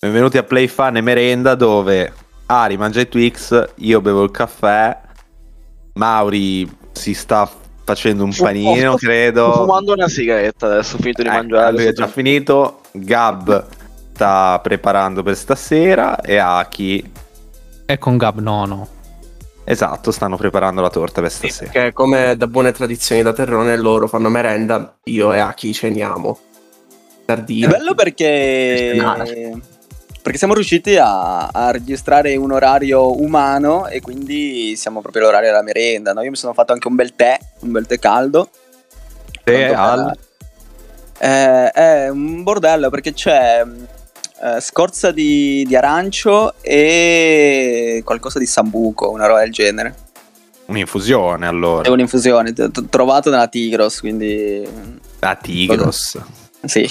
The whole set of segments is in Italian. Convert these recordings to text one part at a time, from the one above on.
Benvenuti a Play Fun e Merenda, dove Ari mangia i Twix, io bevo il caffè, Mauri si sta facendo un panino, credo. Sto fumando una sigaretta adesso, ho finito di mangiare. Lui è già finito. Gab sta preparando per stasera e Aki... E con Gab no. Esatto, stanno preparando la torta per stasera. Che come da buone tradizioni da terrone, loro fanno merenda, io e Aki ceniamo. Sardine. È bello perché siamo riusciti a registrare un orario umano e quindi siamo proprio all'orario della merenda, no? Io mi sono fatto anche un bel tè caldo. È un bordello perché c'è scorza di arancio e qualcosa di sambuco, una roba del genere. Un'infusione, allora. È un'infusione, trovato nella Tigros, quindi... La Tigros. Sì,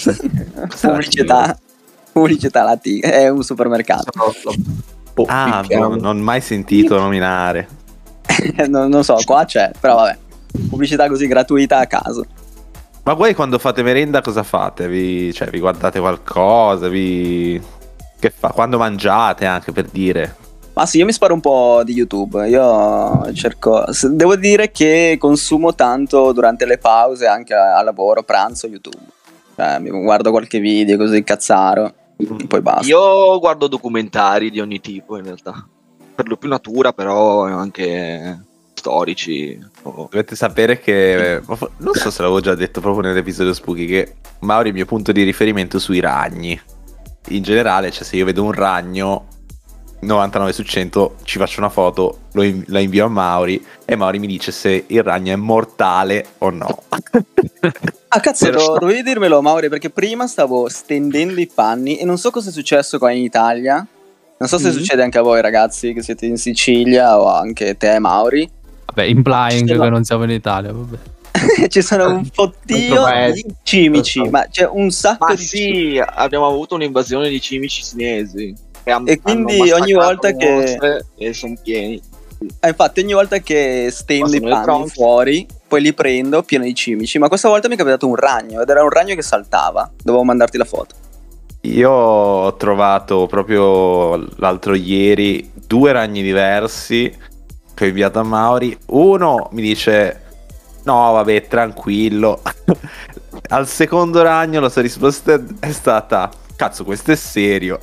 pubblicità la Tigros, è un supermercato. Non ho mai sentito nominare. non so, qua c'è, però vabbè, pubblicità così gratuita a caso. Ma voi quando fate merenda cosa fate? Vi guardate qualcosa? Quando mangiate, anche, per dire? Ma sì, io mi sparo un po' di YouTube. Io cerco... Devo dire che consumo tanto durante le pause, anche a lavoro, pranzo, YouTube. Mi guardo qualche video così cazzaro, poi basta. Io guardo documentari di ogni tipo, in realtà. Per lo più natura, però anche... storici. Dovete sapere che non so se l'avevo già detto proprio nell'episodio Spooky, che Mauri è il mio punto di riferimento sui ragni in generale. Cioè, se io vedo un ragno, 99 su 100 ci faccio una foto, la invio a Mauri e Mauri mi dice se il ragno è mortale o no. Ah cazzo, dovevi dirmelo, Mauri, perché prima stavo stendendo i panni e non so cosa è successo qua in Italia. Non so se succede anche a voi, ragazzi, che siete in Sicilia, o anche te, Mauri. Vabbè, implying che non siamo in Italia, vabbè. Ci sono un fottio di cimici, ma c'è un sacco di cimici. Sì, abbiamo avuto un'invasione di cimici cinesi. E quindi ogni volta che... E sono pieni. Infatti ogni volta che stendo i panni fuori, poi li prendo pieno di cimici. Ma questa volta mi è capitato un ragno, ed era un ragno che saltava. Dovevo mandarti la foto. Io ho trovato proprio l'altro ieri 2 ragni diversi che ho inviato a Mauri. Uno mi dice no vabbè, tranquillo. Al secondo ragno la sua risposta è stata cazzo, questo è serio.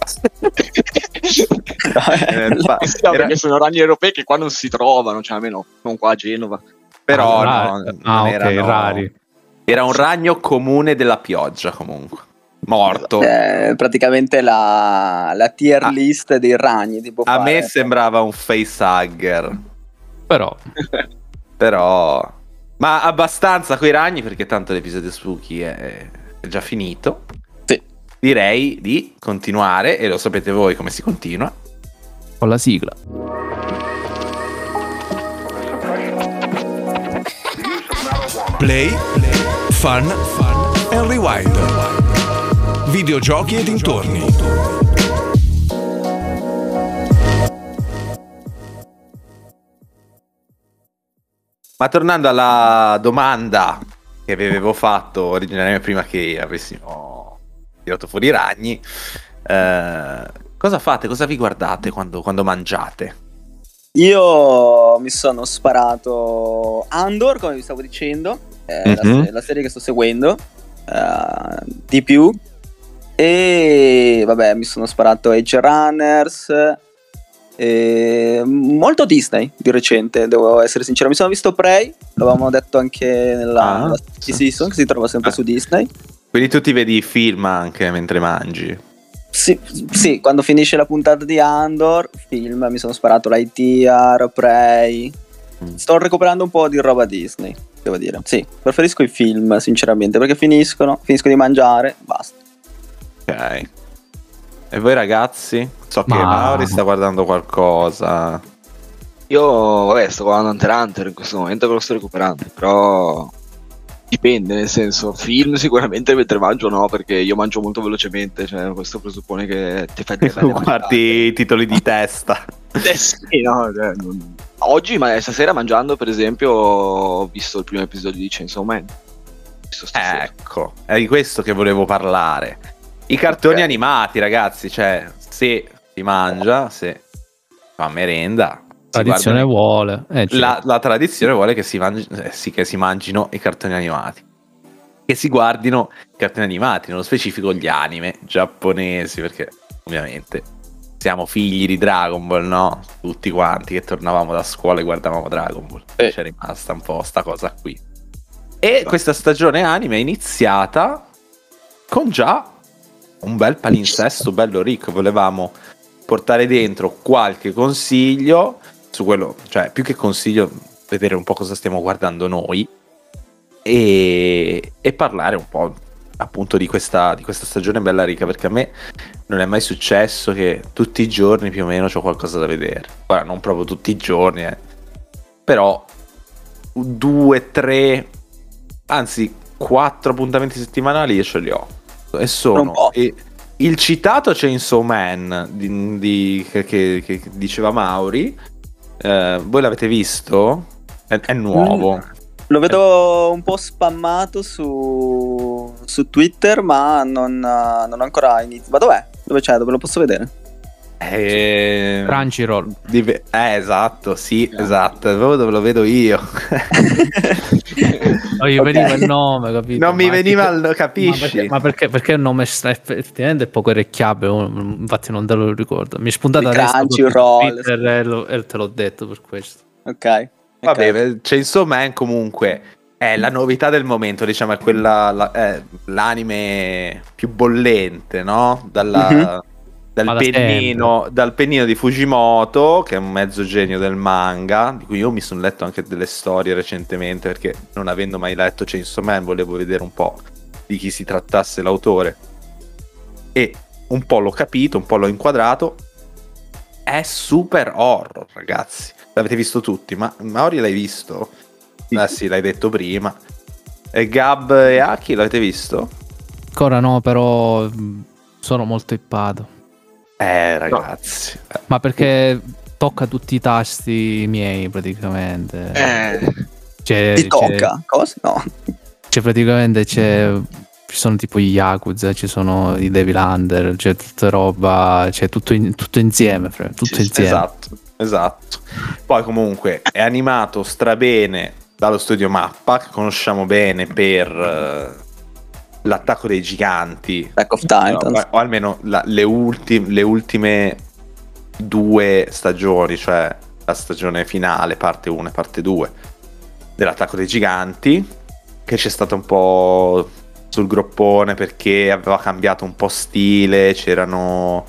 Perché sono ragni europei che qua non si trovano, cioè almeno non qua a Genova. Però rari. Era un ragno comune della pioggia, comunque morto. Praticamente la tier list dei ragni tipo a me sembrava un facehugger. Però ma abbastanza coi ragni, perché tanto l'episodio Spooky è già finito. Sì. Direi di continuare, e lo sapete voi come si continua. Con la sigla. Play, Fun and Rewind. Videogiochi e dintorni. Ma tornando alla domanda che vi avevo fatto originariamente prima che avessimo tirato fuori i ragni, cosa fate? Cosa vi guardate quando mangiate? Io mi sono sparato Andor, come vi stavo dicendo, la serie che sto seguendo di più. E vabbè, mi sono sparato Edge Runners, molto Disney di recente, devo essere sincero. Mi sono visto Prey, l'avevamo detto anche nella season, che si trova sempre su Disney. Quindi tu ti vedi i film anche mentre mangi? Sì, quando finisce la puntata di Andor, film, mi sono sparato Lightyear, Prey. Sto recuperando un po' di roba Disney, devo dire. Sì, preferisco i film, sinceramente, perché finisco di mangiare, basta. Ok. E voi ragazzi? So che Mauri sta guardando qualcosa. Io, vabbè, sto guardando Hunter x Hunter in questo momento, che lo sto recuperando, però dipende, nel senso, film sicuramente mentre mangio no, perché io mangio molto velocemente, cioè questo presuppone che ti fai guardi i titoli di testa. Sì, no, oggi, ma stasera mangiando, per esempio, ho visto il primo episodio di Chainsaw Man. Ecco, è di questo che volevo parlare. I cartoni animati, ragazzi, cioè, se si mangia, se fa merenda, Tradizione vuole. Certo. La tradizione vuole che si mangi, sì, che si mangino i cartoni animati, che si guardino i cartoni animati, nello specifico gli anime giapponesi, perché ovviamente siamo figli di Dragon Ball, no? Tutti quanti che tornavamo da scuola e guardavamo Dragon Ball. C'è rimasta un po' sta cosa qui. E questa stagione anime è iniziata con già un bel palinsesto bello ricco. Volevamo portare dentro qualche consiglio su quello, cioè più che consiglio, vedere un po' cosa stiamo guardando noi e parlare un po' appunto di questa stagione bella ricca, perché a me non è mai successo che tutti i giorni più o meno c'ho qualcosa da vedere. Ora non proprio tutti i giorni, però 2, 3, anzi 4 appuntamenti settimanali io ce li ho, e sono il citato Chainsaw Man che diceva Mauri. Voi l'avete visto? È nuovo. Lo vedo un po' spammato su Twitter, ma non ancora inizio. Ma dov'è? Dove c'è? Dove lo posso vedere? Crunchyroll. Esatto, sì, esatto. Dove lo vedo io. Non mi veniva il nome, capito? Non mi veniva il, capisci? Ma perché il nome effettivamente è poco orecchiabile, infatti non te lo ricordo. Mi è spuntato adesso Crunchyroll e te l'ho detto per questo. Ok. Vabbè, Chainsaw Man comunque è la novità del momento, diciamo, è quella l'anime più bollente, no? Dal pennino di Fujimoto, che è un mezzo genio del manga, di cui io mi sono letto anche delle storie recentemente, perché non avendo mai letto Chainsaw Man volevo vedere un po' di chi si trattasse l'autore, e un po' l'ho capito, un po' l'ho inquadrato. È super horror, ragazzi. L'avete visto tutti, ma Mauri l'hai visto? Sì, l'hai detto prima. E Gab e Aki l'avete visto? Ancora no, però sono molto ippato. Ragazzi. No. Ma perché tocca tutti i tasti miei praticamente. Ti tocca? Cosa? No. Cioè praticamente ci sono tipo gli Yakuza, ci sono i Devil Hunter, c'è tutta roba, c'è tutto insieme, tutto insieme. Esatto. Poi comunque è animato strabene dallo studio Mappa, che conosciamo bene per l'attacco dei giganti, Attack of Titans, o almeno le ultime 2 stagioni, cioè la stagione finale, parte 1 e parte 2 dell'attacco dei giganti, che c'è stato un po' sul groppone perché aveva cambiato un po' stile, c'erano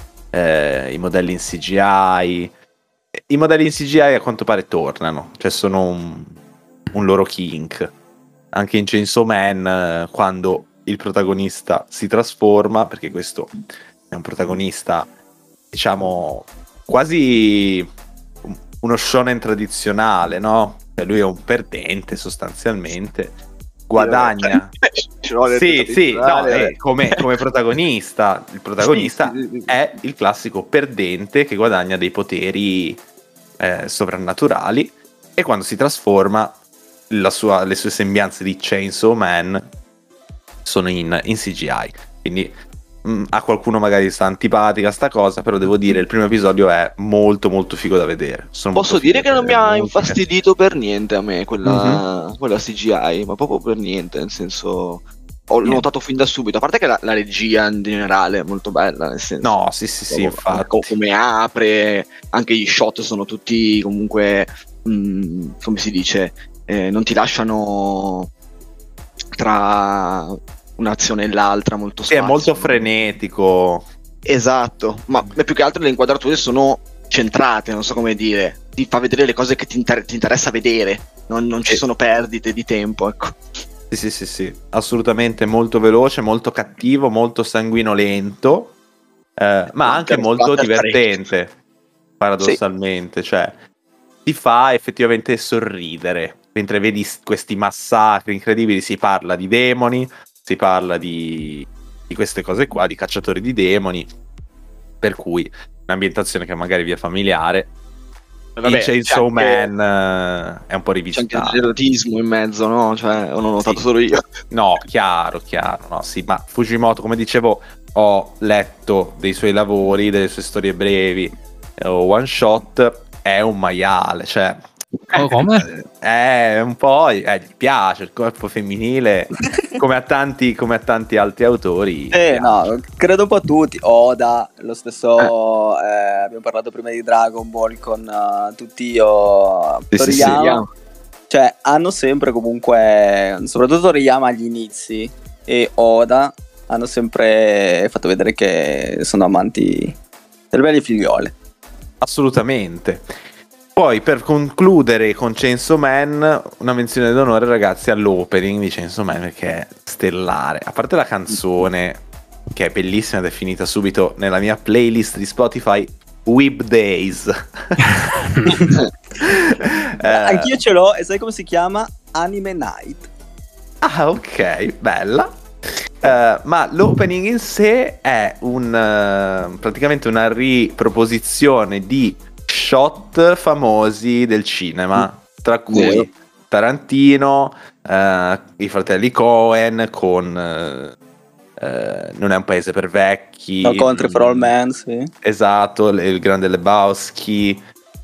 i modelli in CGI. I modelli in CGI a quanto pare tornano, cioè sono un loro kink. Anche in Chainsaw Man, quando il protagonista si trasforma, perché questo è un protagonista, diciamo, quasi uno shonen tradizionale, no? Cioè lui è un perdente sostanzialmente, guadagna. Sì, no, come protagonista, il protagonista è il classico perdente che guadagna dei poteri sovrannaturali, e quando si trasforma le sue sembianze di Chainsaw Man sono in CGI, quindi a qualcuno magari sta antipatica sta cosa, però devo dire il primo episodio è molto molto figo da vedere. Posso dire che non mi ha infastidito per niente a me quella CGI, ma proprio per niente, nel senso ho notato fin da subito, a parte che la regia in generale è molto bella, nel senso, no, sì, infatti, come apre, anche gli shot sono tutti comunque come si dice, non ti lasciano tra un'azione e l'altra molto spazio. È molto frenetico. Esatto, ma più che altro le inquadrature sono centrate, non so come dire, ti fa vedere le cose che ti interessa vedere, non ci sono perdite di tempo, ecco. Sì, assolutamente, molto veloce, molto cattivo, molto sanguinolento, ma anche molto divertente, paradossalmente, cioè ti fa effettivamente sorridere mentre vedi questi massacri incredibili. Si parla di demoni, si parla di queste cose qua, di cacciatori di demoni, per cui un'ambientazione che magari vi è familiare, il Chainsaw Man è un po' rivisitato. C'è anche l'erotismo in mezzo, no? Cioè, non l'ho notato solo io. No, chiaro, no, sì, ma Fujimoto, come dicevo, ho letto dei suoi lavori, delle sue storie brevi, one shot, è un maiale, cioè... come? Un po' gli piace il corpo femminile come a tanti altri autori. No, credo un po' a tutti. Oda, lo stesso. Abbiamo parlato prima di Dragon Ball con Toriyama. Sì. Cioè, hanno sempre comunque, soprattutto Toriyama agli inizi e Oda, hanno sempre fatto vedere che sono amanti delle belle figliole. Assolutamente. Poi per concludere con Chainsaw Man, una menzione d'onore, ragazzi, all'opening di Chainsaw Man, perché è stellare. A parte la canzone, che è bellissima ed è finita subito nella mia playlist di Spotify, Weeb Days. Anch'io ce l'ho, e sai come si chiama? Anime Night. Ah, ok, bella. Ma l'opening in sé è praticamente una riproposizione di shot famosi del cinema, tra cui Tarantino, i fratelli Coen con Non è un paese per vecchi, No Country for All Men, sì. Esatto, il grande Lebowski,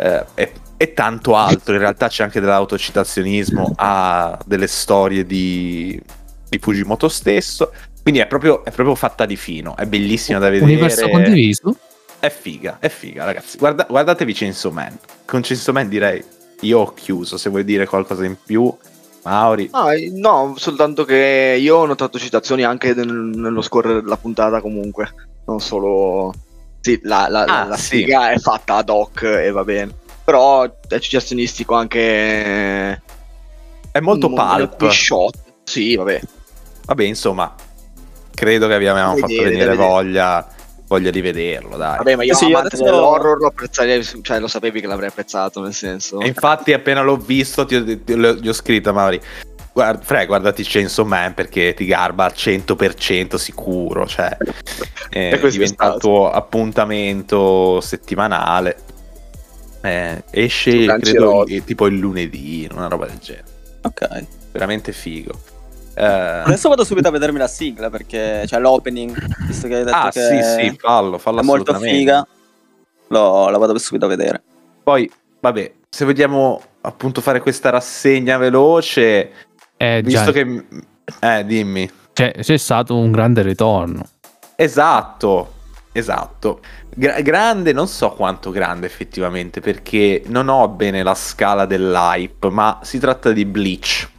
e tanto altro. In realtà c'è anche dell'autocitazionismo a delle storie di Fujimoto stesso, quindi è proprio fatta di fino, è bellissima da vedere. Universo condiviso. È figa, ragazzi. Guardatevi Chainsaw Man. Con Chainsaw Man direi io ho chiuso. Se vuoi dire qualcosa in più, Mauri. No, soltanto che io ho notato citazioni anche nello scorrere della puntata, comunque. Non solo... Sì, la figa è fatta ad hoc e va bene. Però è citazionistico anche... È molto pulp. Shot. Sì, vabbè. Vabbè, insomma, credo che abbiamo fatto venire voglia di vederlo, dai. Vabbè, ma io amante dell'horror lo apprezzerei, cioè lo sapevi che l'avrei apprezzato, nel senso. E infatti appena l'ho visto gli ho scritto a Mauri, guardati Chainsaw Man perché ti garba al 100% sicuro, cioè diventa il tuo appuntamento settimanale. Esce credo tipo il lunedì, una roba del genere. Ok. Veramente figo. Adesso vado subito a vedermi la sigla, perché c'è l'opening, visto che hai detto che sì, fallo è molto figa, la vado subito a vedere. Poi, vabbè, se vogliamo appunto fare questa rassegna veloce, visto che... dimmi. C'è stato un grande ritorno. Esatto. Grande, non so quanto grande effettivamente, perché non ho bene la scala dell'hype, ma si tratta di Bleach.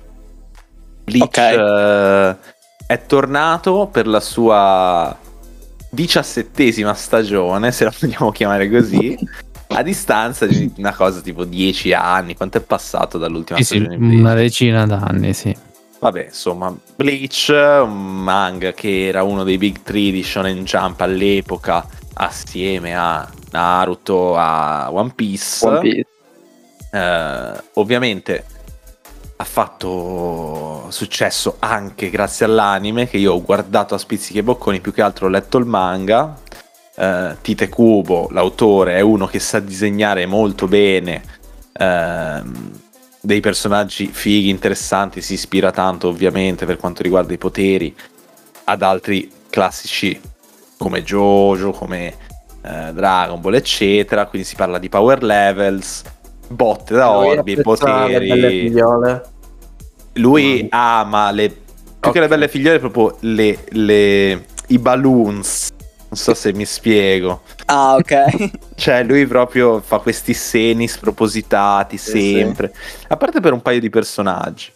Bleach è tornato per la sua 17ª stagione, se la vogliamo chiamare così, a distanza di una cosa tipo 10 anni. Quanto è passato dall'ultima stagione di Bleach? Una decina d'anni, sì. Vabbè, insomma, Bleach, un manga che era uno dei big 3 di Shonen Jump all'epoca, assieme a Naruto, a One Piece. Ovviamente ha fatto successo anche grazie all'anime, che io ho guardato a spizzichi e bocconi, più che altro ho letto il manga. Tite Kubo, l'autore, è uno che sa disegnare molto bene dei personaggi fighi, interessanti, si ispira tanto ovviamente per quanto riguarda i poteri ad altri classici come JoJo, come Dragon Ball eccetera, quindi si parla di power levels, botte da orbi e poteri. Lui ama più che le belle figliole, proprio i balloons. Non so se mi spiego. Ah, ok. Cioè lui proprio fa questi seni spropositati sempre, a parte per un paio di personaggi.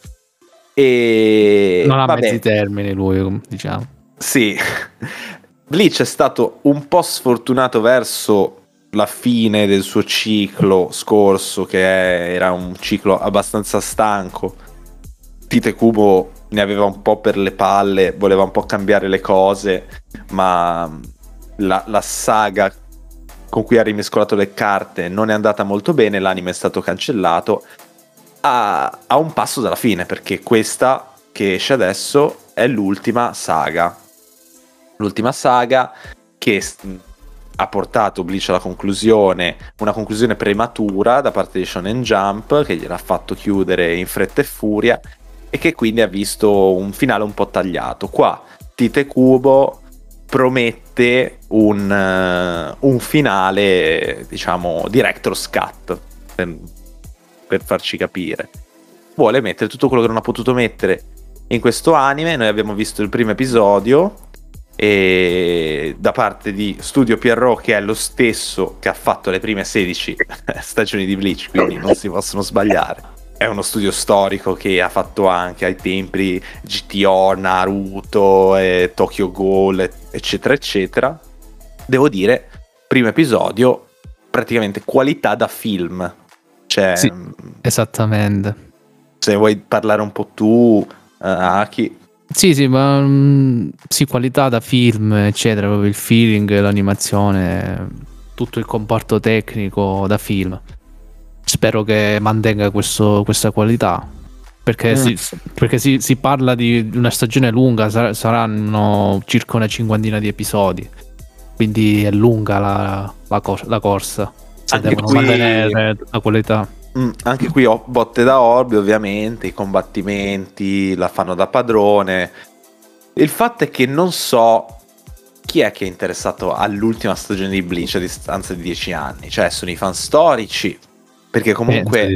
E non ha mezzi termini lui, diciamo. Sì. Bleach è stato un po' sfortunato verso la fine del suo ciclo scorso, che era un ciclo abbastanza stanco. Tite Kubo ne aveva un po' per le palle, voleva un po' cambiare le cose, ma la saga con cui ha rimescolato le carte non è andata molto bene, l'anime è stato cancellato a un passo dalla fine, perché questa che esce adesso è l'ultima saga che ha portato Bleach alla conclusione, una conclusione prematura da parte di Shonen Jump, che gliel'ha fatto chiudere in fretta e furia, e che quindi ha visto un finale un po' tagliato. Qua Tite Kubo promette un finale, diciamo, director's cut, per farci capire. Vuole mettere tutto quello che non ha potuto mettere in questo anime. Noi abbiamo visto il primo episodio, e da parte di Studio Pierrot, che è lo stesso che ha fatto le prime 16 stagioni di Bleach, quindi non si possono sbagliare. È uno studio storico che ha fatto anche ai tempi GTO, Naruto, Tokyo Ghoul, eccetera eccetera. Devo dire, primo episodio, praticamente qualità da film. Cioè, sì, esattamente. Se vuoi parlare un po' tu, Aki. Sì, ma sì, qualità da film, eccetera, proprio il feeling, l'animazione, tutto il comparto tecnico da film. Spero che mantenga questa qualità, perché si parla di una stagione lunga, saranno circa una cinquantina di episodi, quindi è lunga la corsa, se anche devono qui mantenere la qualità. Anche qui ho botte da orbi, ovviamente, i combattimenti la fanno da padrone. Il fatto è che non so chi è che è interessato all'ultima stagione di Bleach a distanza di 10 anni. Cioè, sono i fan storici, perché comunque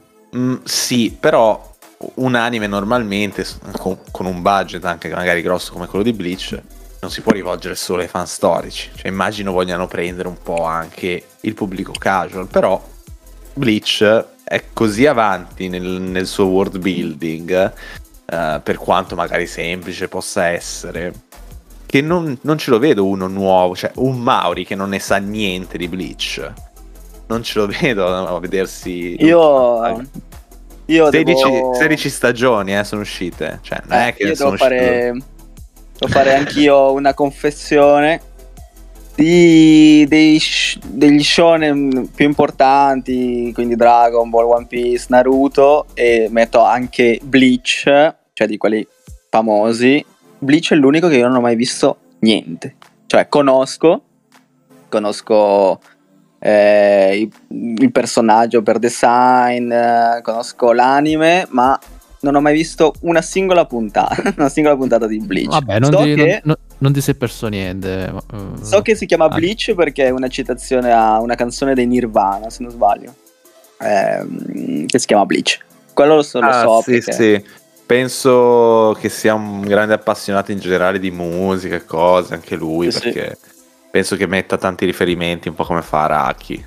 sì, però un anime normalmente con un budget anche magari grosso come quello di Bleach non si può rivolgere solo ai fan storici. Cioè, immagino vogliano prendere un po' anche il pubblico casual, però Bleach è così avanti nel suo world building, per quanto magari semplice possa essere, che non ce lo vedo uno nuovo, cioè un Mauri che non ne sa niente di Bleach, non ce lo vedo a vedersi. Io 16 stagioni sono uscite, cioè non è che io sono devo fare anch'io una confessione. Degli shonen più importanti, quindi Dragon Ball, One Piece, Naruto, e metto anche Bleach, cioè di quelli famosi. Bleach è l'unico che io non ho mai visto niente, cioè conosco il personaggio per design, conosco l'anime, ma non ho mai visto una singola puntata di Bleach. Vabbè, non ti sei perso niente. So che si chiama Bleach perché è una citazione a una canzone dei Nirvana, se non sbaglio, che si chiama Bleach. Quello lo so sì, perché... sì. Penso che sia un grande appassionato in generale di musica e cose, anche lui, perché penso che metta tanti riferimenti, un po' come fa Araki.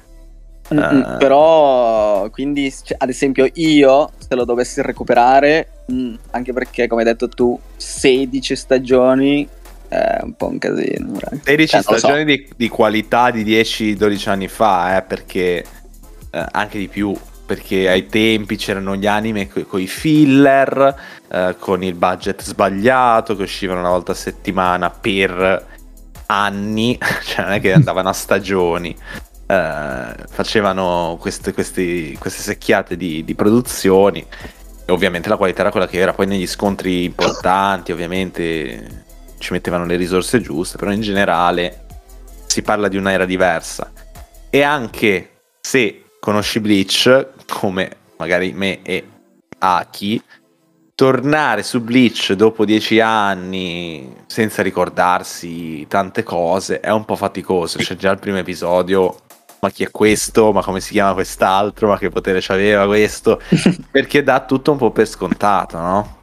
Però quindi ad esempio io se lo dovessi recuperare, anche perché come hai detto tu 16 stagioni è un po' un casino, 16 stagioni di qualità di 10-12 anni fa, perché anche di più, perché ai tempi c'erano gli anime con i filler, con il budget sbagliato, che uscivano una volta a settimana per anni, cioè non è che andavano a stagioni. Facevano queste secchiate di produzioni, e ovviamente la qualità era quella che era. Poi negli scontri importanti ovviamente ci mettevano le risorse giuste, però in generale si parla di un'era diversa. E anche se conosci Bleach come magari me e Aki, tornare su Bleach dopo 10 anni senza ricordarsi tante cose è un po' faticoso. C'è già il primo episodio, ma chi è questo? Ma come si chiama quest'altro? Ma che potere c'aveva questo? Perché dà tutto un po' per scontato, no?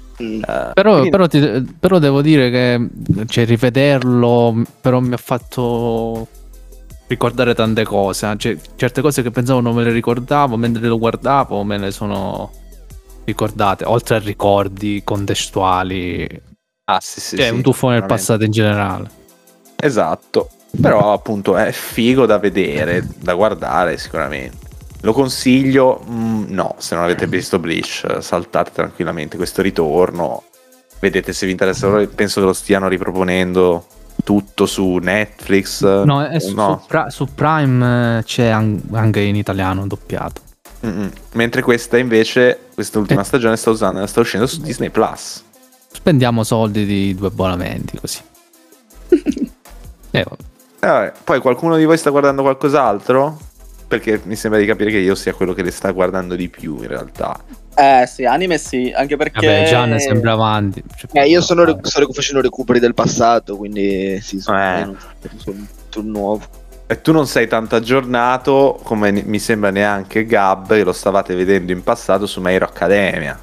Però devo dire che, cioè, rivederlo però mi ha fatto ricordare tante cose, cioè, certe cose che pensavo non me le ricordavo, mentre lo guardavo me le sono ricordate, oltre a ricordi contestuali. Sì, cioè, un tuffo nel passato in generale. Esatto. Però appunto è figo da vedere, da guardare sicuramente. Lo consiglio? No, se non avete visto Bleach, saltate tranquillamente questo ritorno. Vedete se vi interessa. Penso che lo stiano riproponendo tutto su Netflix. No, è su Prime, c'è anche in italiano doppiato. Mentre questa ultima stagione sta uscendo su Disney Plus. Spendiamo soldi di 2 abbonamenti così. Vabbè, poi qualcuno di voi sta guardando qualcos'altro? Perché mi sembra di capire che io sia quello che le sta guardando di più in realtà. Sì, anime sì, anche perché... Vabbè, Gian sembra avanti. Io sto facendo recuperi del passato, quindi sì, sono sul nuovo. E tu non sei tanto aggiornato, come mi sembra neanche Gab, che lo stavate vedendo in passato su My Hero Academia.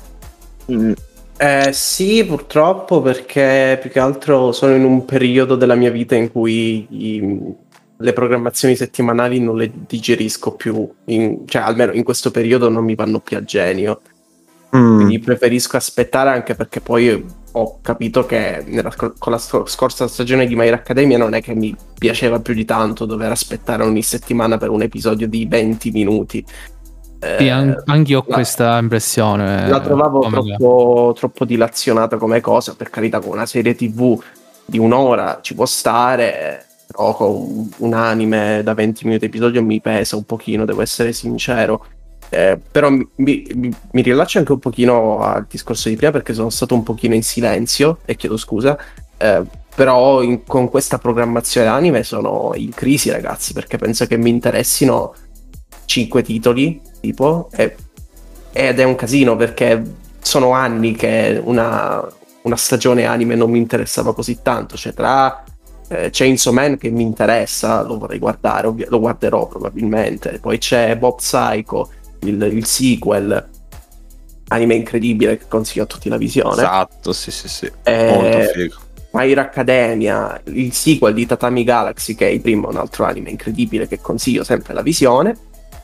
Sì, purtroppo, perché più che altro sono in un periodo della mia vita in cui le programmazioni settimanali non le digerisco più, cioè almeno in questo periodo non mi vanno più a genio. Quindi preferisco aspettare, anche perché poi ho capito che con la scorsa stagione di My Hero Academia non è che mi piaceva più di tanto dover aspettare ogni settimana per un episodio di 20 minuti. Sì, anche io ho questa impressione. La trovavo troppo dilazionata come cosa. Per carità, con una serie TV di un'ora ci può stare, però con un anime da 20 minuti episodio mi pesa un pochino, devo essere sincero. Però mi rilascio anche un pochino al discorso di prima, perché sono stato un pochino in silenzio e chiedo scusa, però con questa programmazione anime sono in crisi, ragazzi, perché penso che mi interessino 5 titoli tipo, ed è un casino, perché sono anni che una stagione anime non mi interessava così tanto. Cioè, tra Chainsaw Man, che mi interessa, lo vorrei guardare, lo guarderò probabilmente, poi c'è Mob Psycho, il sequel, anime incredibile che consiglio a tutti la visione. Esatto, sì, molto figo. My Hero Academia, il sequel di Tatami Galaxy, che è il primo, un altro anime incredibile che consiglio sempre la visione.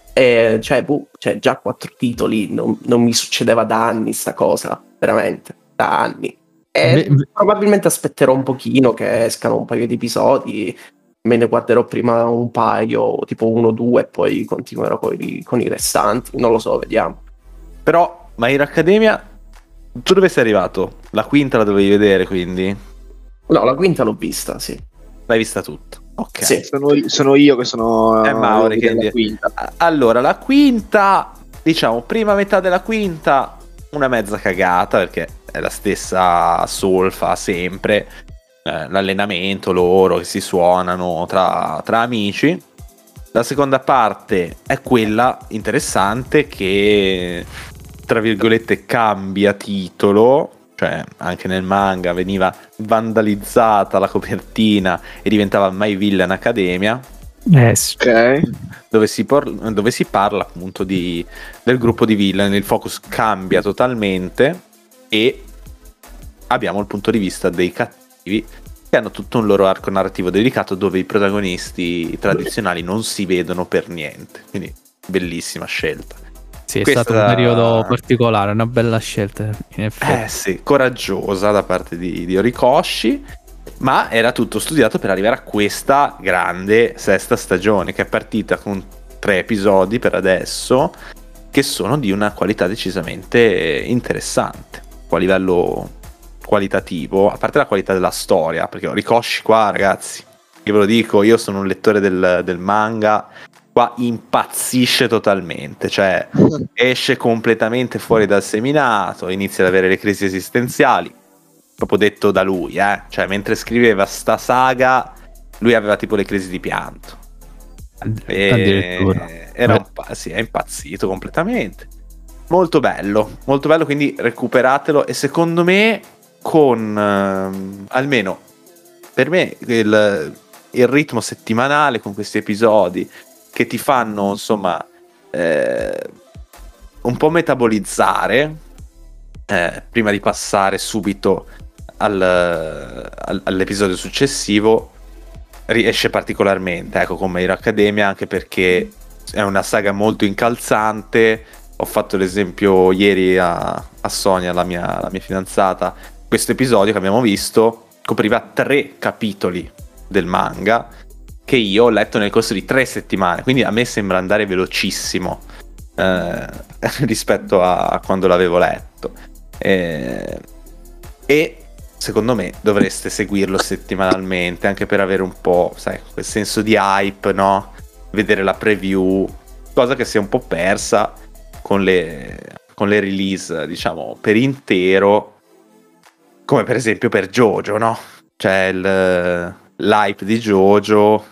Cioè già 4 titoli, non mi succedeva da anni sta cosa, veramente, da anni. Probabilmente aspetterò un pochino che escano un paio di episodi, me ne guarderò prima un paio, tipo 1 o 2, e poi continuerò con i restanti, non lo so, vediamo. Però My Hero Academia, tu dove sei arrivato? La quinta la dovevi vedere, quindi? No, la quinta l'ho vista, sì. L'hai vista tutta? Ok. Sì. Sono io che sono Mauri che la quinta. Allora, la quinta, diciamo, prima metà della quinta, una mezza cagata, perché è la stessa solfa sempre, l'allenamento, loro che si suonano tra amici. La seconda parte è quella interessante che, tra virgolette, cambia titolo. Cioè, anche nel manga veniva vandalizzata la copertina e diventava My Villain Academia. Sì. Ok. Dove si parla appunto del gruppo di villain. Il focus cambia totalmente e abbiamo il punto di vista dei cattivi, che hanno tutto un loro arco narrativo dedicato, dove i protagonisti tradizionali non si vedono per niente. Quindi bellissima scelta. Sì, è stato un periodo particolare, una bella scelta in effetti. Sì, coraggiosa da parte di Horikoshi, ma era tutto studiato per arrivare a questa grande sesta stagione, che è partita con 3 episodi per adesso, che sono di una qualità decisamente interessante, a livello qualitativo, a parte la qualità della storia, perché Horikoshi qua, ragazzi, io ve lo dico, io sono un lettore del manga, qua impazzisce totalmente, cioè esce completamente fuori dal seminato, inizia ad avere le crisi esistenziali, proprio detto da lui, cioè mentre scriveva sta saga lui aveva tipo le crisi di pianto, addirittura è impazzito completamente. Molto bello, quindi recuperatelo, e secondo me con almeno per me il ritmo settimanale, con questi episodi che ti fanno insomma un po' metabolizzare prima di passare subito all'episodio successivo, riesce particolarmente, ecco, con My Hero Academia, anche perché è una saga molto incalzante. Ho fatto l'esempio ieri a Sonia, la mia fidanzata, questo episodio che abbiamo visto copriva 3 capitoli del manga che io ho letto nel corso di 3 settimane, quindi a me sembra andare velocissimo rispetto a quando l'avevo letto, e secondo me dovreste seguirlo settimanalmente, anche per avere un po', sai, quel senso di hype, no? Vedere la preview, cosa che si è un po' persa con le release, diciamo, per intero, come per esempio per JoJo, no? Cioè l'hype di JoJo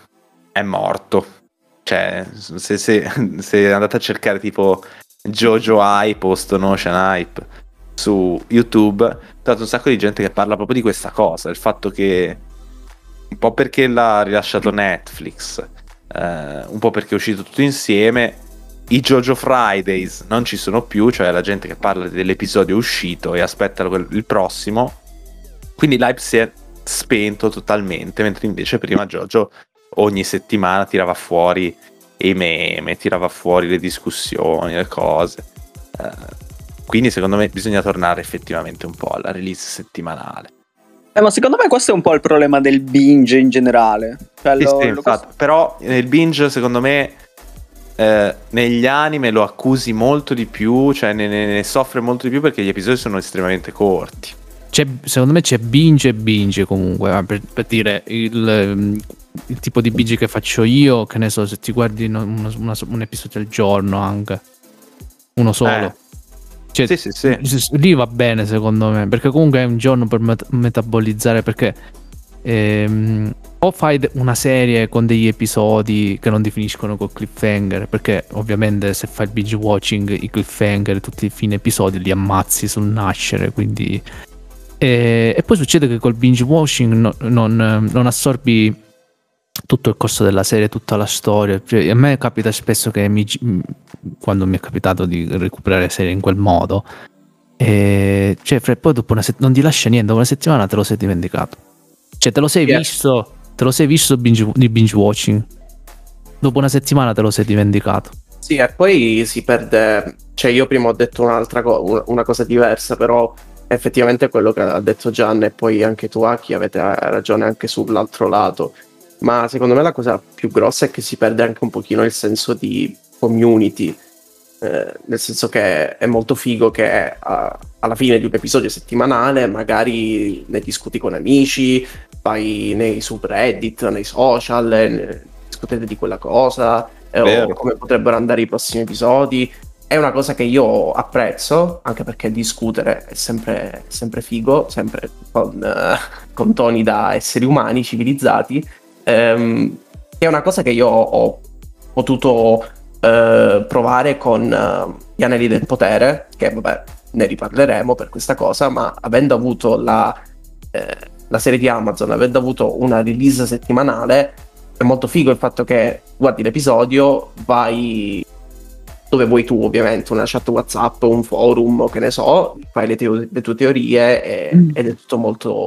è morto. Cioè, se andate a cercare tipo Jojo Hype o Stone Ocean Hype su YouTube, trovate un sacco di gente che parla proprio di questa cosa, il fatto che un po' perché l'ha rilasciato Netflix, un po' perché è uscito tutto insieme, i Jojo Fridays non ci sono più, cioè la gente che parla dell'episodio uscito e aspetta il prossimo, quindi l'hype si è spento totalmente, mentre invece prima Jojo ogni settimana tirava fuori i meme, tirava fuori le discussioni, le cose, quindi secondo me bisogna tornare effettivamente un po' alla release settimanale. Ma secondo me questo è un po' il problema del binge in generale. Cioè, Sì, infatti, però nel binge secondo me negli anime lo accusi molto di più, cioè ne soffre molto di più perché gli episodi sono estremamente corti. Secondo me c'è binge e binge comunque, per dire il tipo di binge che faccio io, che ne so, se ti guardi un episodio al giorno anche, uno solo. Cioè, sì. Lì va bene secondo me, perché comunque è un giorno per metabolizzare, perché o fai una serie con degli episodi che non ti finiscono col cliffhanger, perché ovviamente se fai il binge watching i cliffhanger, tutti i fine episodi li ammazzi sul nascere, quindi e poi succede che col binge watching non assorbi tutto il corso della serie, tutta la storia. Cioè, a me capita spesso che quando mi è capitato di recuperare serie in quel modo, cioè poi dopo non ti lascia niente, dopo una settimana te lo sei dimenticato, cioè te lo sei visto di binge watching, dopo una settimana te lo sei dimenticato. Sì, e poi si perde, cioè io prima ho detto una cosa diversa, però effettivamente quello che ha detto Gian e poi anche tu Aki avete ragione anche sull'altro lato, ma secondo me la cosa più grossa è che si perde anche un pochino il senso di community, nel senso che è molto figo che alla fine di un episodio settimanale magari ne discuti con amici, vai nei subreddit, nei social, discutete di quella cosa, o come potrebbero andare i prossimi episodi. È una cosa che io apprezzo, anche perché discutere è sempre figo, sempre con toni da esseri umani civilizzati. È una cosa che io ho potuto provare con Gli Anelli del Potere, che vabbè ne riparleremo per questa cosa, ma avendo avuto la serie di Amazon, avendo avuto una release settimanale, è molto figo il fatto che guardi l'episodio, vai dove vuoi tu, ovviamente, una chat WhatsApp, un forum, o che ne so, fai le tue teorie ed è tutto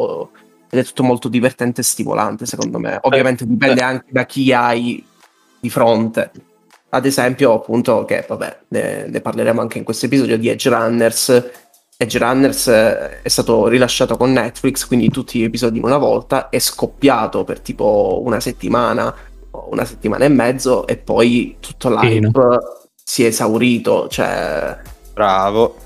molto divertente e stimolante, secondo me. Ovviamente dipende anche da chi hai di fronte. Ad esempio, appunto, che vabbè, ne parleremo anche in questo episodio, di Edge Runners. Edge Runners è stato rilasciato con Netflix, quindi tutti gli episodi in una volta, è scoppiato per tipo una settimana e mezzo, e poi tutto l'hype si è esaurito, cioè bravo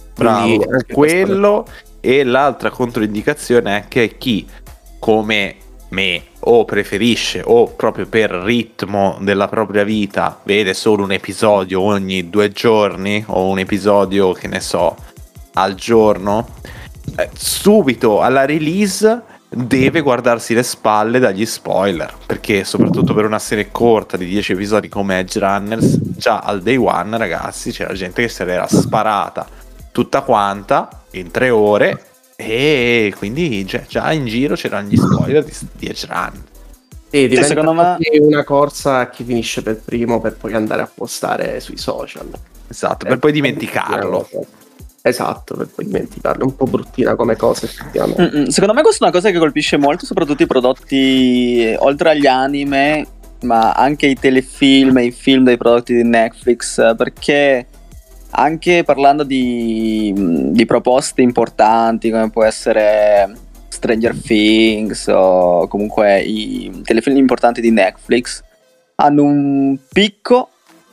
quello. E l'altra controindicazione è che chi come me o preferisce o proprio per ritmo della propria vita vede solo un episodio ogni 2 giorni o un episodio, che ne so, al giorno, subito alla release deve guardarsi le spalle dagli spoiler, perché soprattutto per una serie corta di 10 episodi come Edge Runners, già al day one, ragazzi, c'era gente che se l'era sparata tutta quanta in 3 ore, e quindi già in giro c'erano gli spoiler di Edge Runners. Sì, diventa secondo me una corsa a chi finisce per primo per poi andare a postare sui social. Esatto, per poi dimenticarlo. Esatto, per poi dimenticarlo. È un po' bruttina come cosa, effettivamente. Secondo me questa è una cosa che colpisce molto, soprattutto i prodotti, oltre agli anime, ma anche i telefilm e i film dei prodotti di Netflix, perché anche parlando di proposte importanti come può essere Stranger Things o comunque i telefilm importanti di Netflix, hanno un picco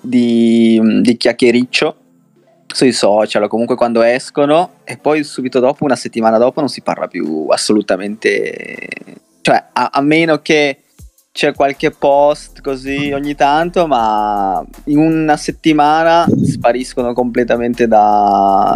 di chiacchiericcio sui social o comunque quando escono, e poi subito dopo, una settimana dopo, non si parla più assolutamente, cioè a meno che c'è qualche post così ogni tanto, ma in una settimana spariscono completamente dalla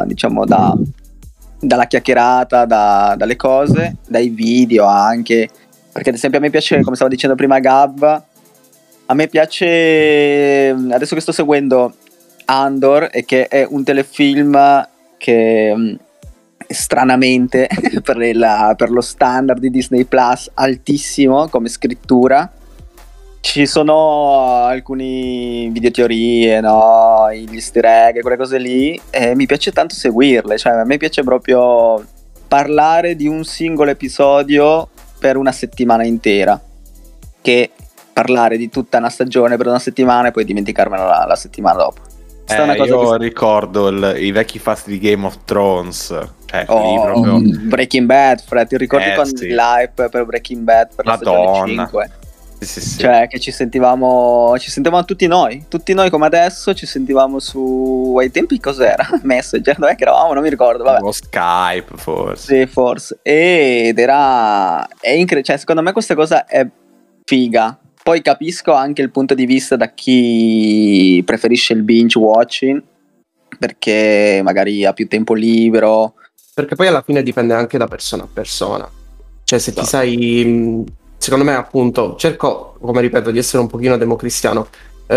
chiacchierata, dalle cose, dai video anche, perché ad esempio a me piace, come stava dicendo prima Gabba, A me piace, adesso che sto seguendo Andor, e che è un telefilm che stranamente per lo standard di Disney Plus altissimo come scrittura. Ci sono alcuni videoteorie, no? Gli easter egg, quelle cose lì, e mi piace tanto seguirle. Cioè, a me piace proprio parlare di un singolo episodio per una settimana intera, che parlare di tutta una stagione per una settimana e poi dimenticarmela la settimana dopo. Questa è una cosa io ricordo i vecchi fasti di Game of Thrones, cioè lì Oh, proprio Breaking Bad, Fred, ti ricordi quando sì. l'hype per Breaking Bad per la stagione Madonna. 5? sì. Cioè che ci sentivamo tutti noi come adesso, ci sentivamo ai tempi cos'era? Messenger, dov'è che eravamo? Non mi ricordo, vabbè. O Skype forse. Sì, forse. Ed è incredibile, cioè secondo me questa cosa è figa. Poi capisco anche il punto di vista da chi preferisce il binge watching, perché magari ha più tempo libero. Perché poi alla fine dipende anche da persona a persona. Cioè se ti sai, secondo me appunto, cerco, come ripeto, di essere un pochino democristiano.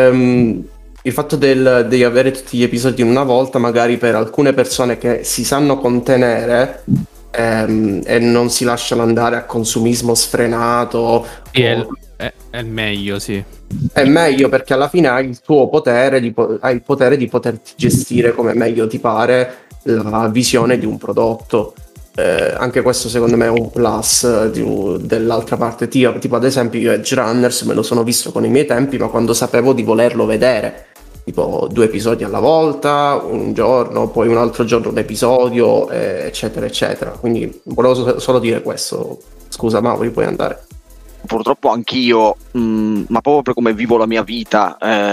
Il fatto di avere tutti gli episodi in una volta, magari per alcune persone che si sanno contenere e non si lasciano andare a consumismo sfrenato. È il meglio, sì. È meglio perché alla fine hai il tuo potere, hai il potere di poterti gestire come meglio ti pare la visione di un prodotto. Anche questo secondo me è un plus dell'altra parte, tipo ad esempio io Edge Runners me lo sono visto con i miei tempi, ma quando sapevo di volerlo vedere, tipo 2 episodi alla volta, un giorno, poi un altro giorno un episodio, eccetera eccetera. Quindi volevo solo dire questo. Scusa Mauri, puoi andare. Purtroppo anch'io, ma proprio per come vivo la mia vita,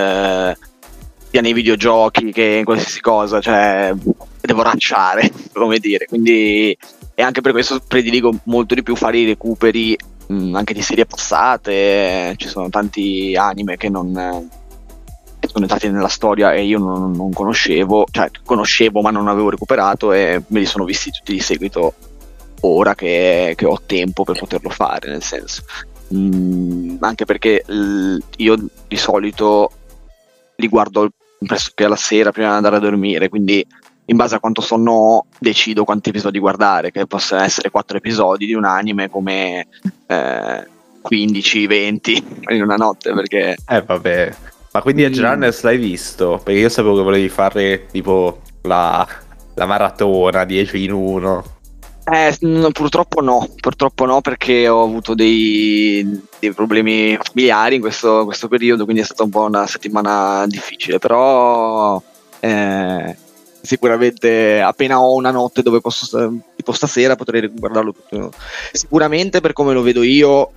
sia nei videogiochi che in qualsiasi cosa, cioè devo racciare, come dire, quindi, e anche per questo prediligo molto di più fare i recuperi anche di serie passate. Ci sono tanti anime che sono entrati nella storia e io non conoscevo, cioè conoscevo ma non avevo recuperato, e me li sono visti tutti di seguito ora che ho tempo per poterlo fare, nel senso, anche perché io di solito li guardo pressoché alla sera prima di andare a dormire, quindi in base a quanto sonno ho decido quanti episodi guardare, che possono essere 4 episodi di un anime come 15, 20 in una notte, perché Vabbè. Ma quindi Edge Runners l'hai visto? Perché io sapevo che volevi fare tipo la maratona 10 in 1. purtroppo no, perché ho avuto dei problemi familiari in questo periodo, quindi è stata un po' una settimana difficile, però sicuramente appena ho una notte dove posso, tipo stasera, potrei guardarlo tutto. Sicuramente, per come lo vedo io,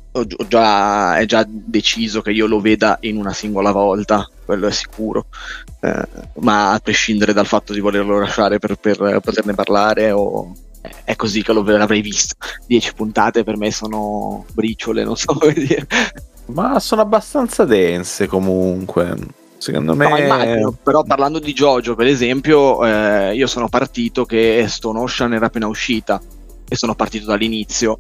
è già deciso che io lo veda in una singola volta, quello è sicuro, ma a prescindere dal fatto di volerlo lasciare per poterne parlare, è così che l'avrei visto. 10 puntate per me sono briciole, non so come dire. Ma sono abbastanza dense comunque, secondo me. No, immagino, però parlando di JoJo per esempio, io sono partito che Stone Ocean era appena uscita e sono partito dall'inizio,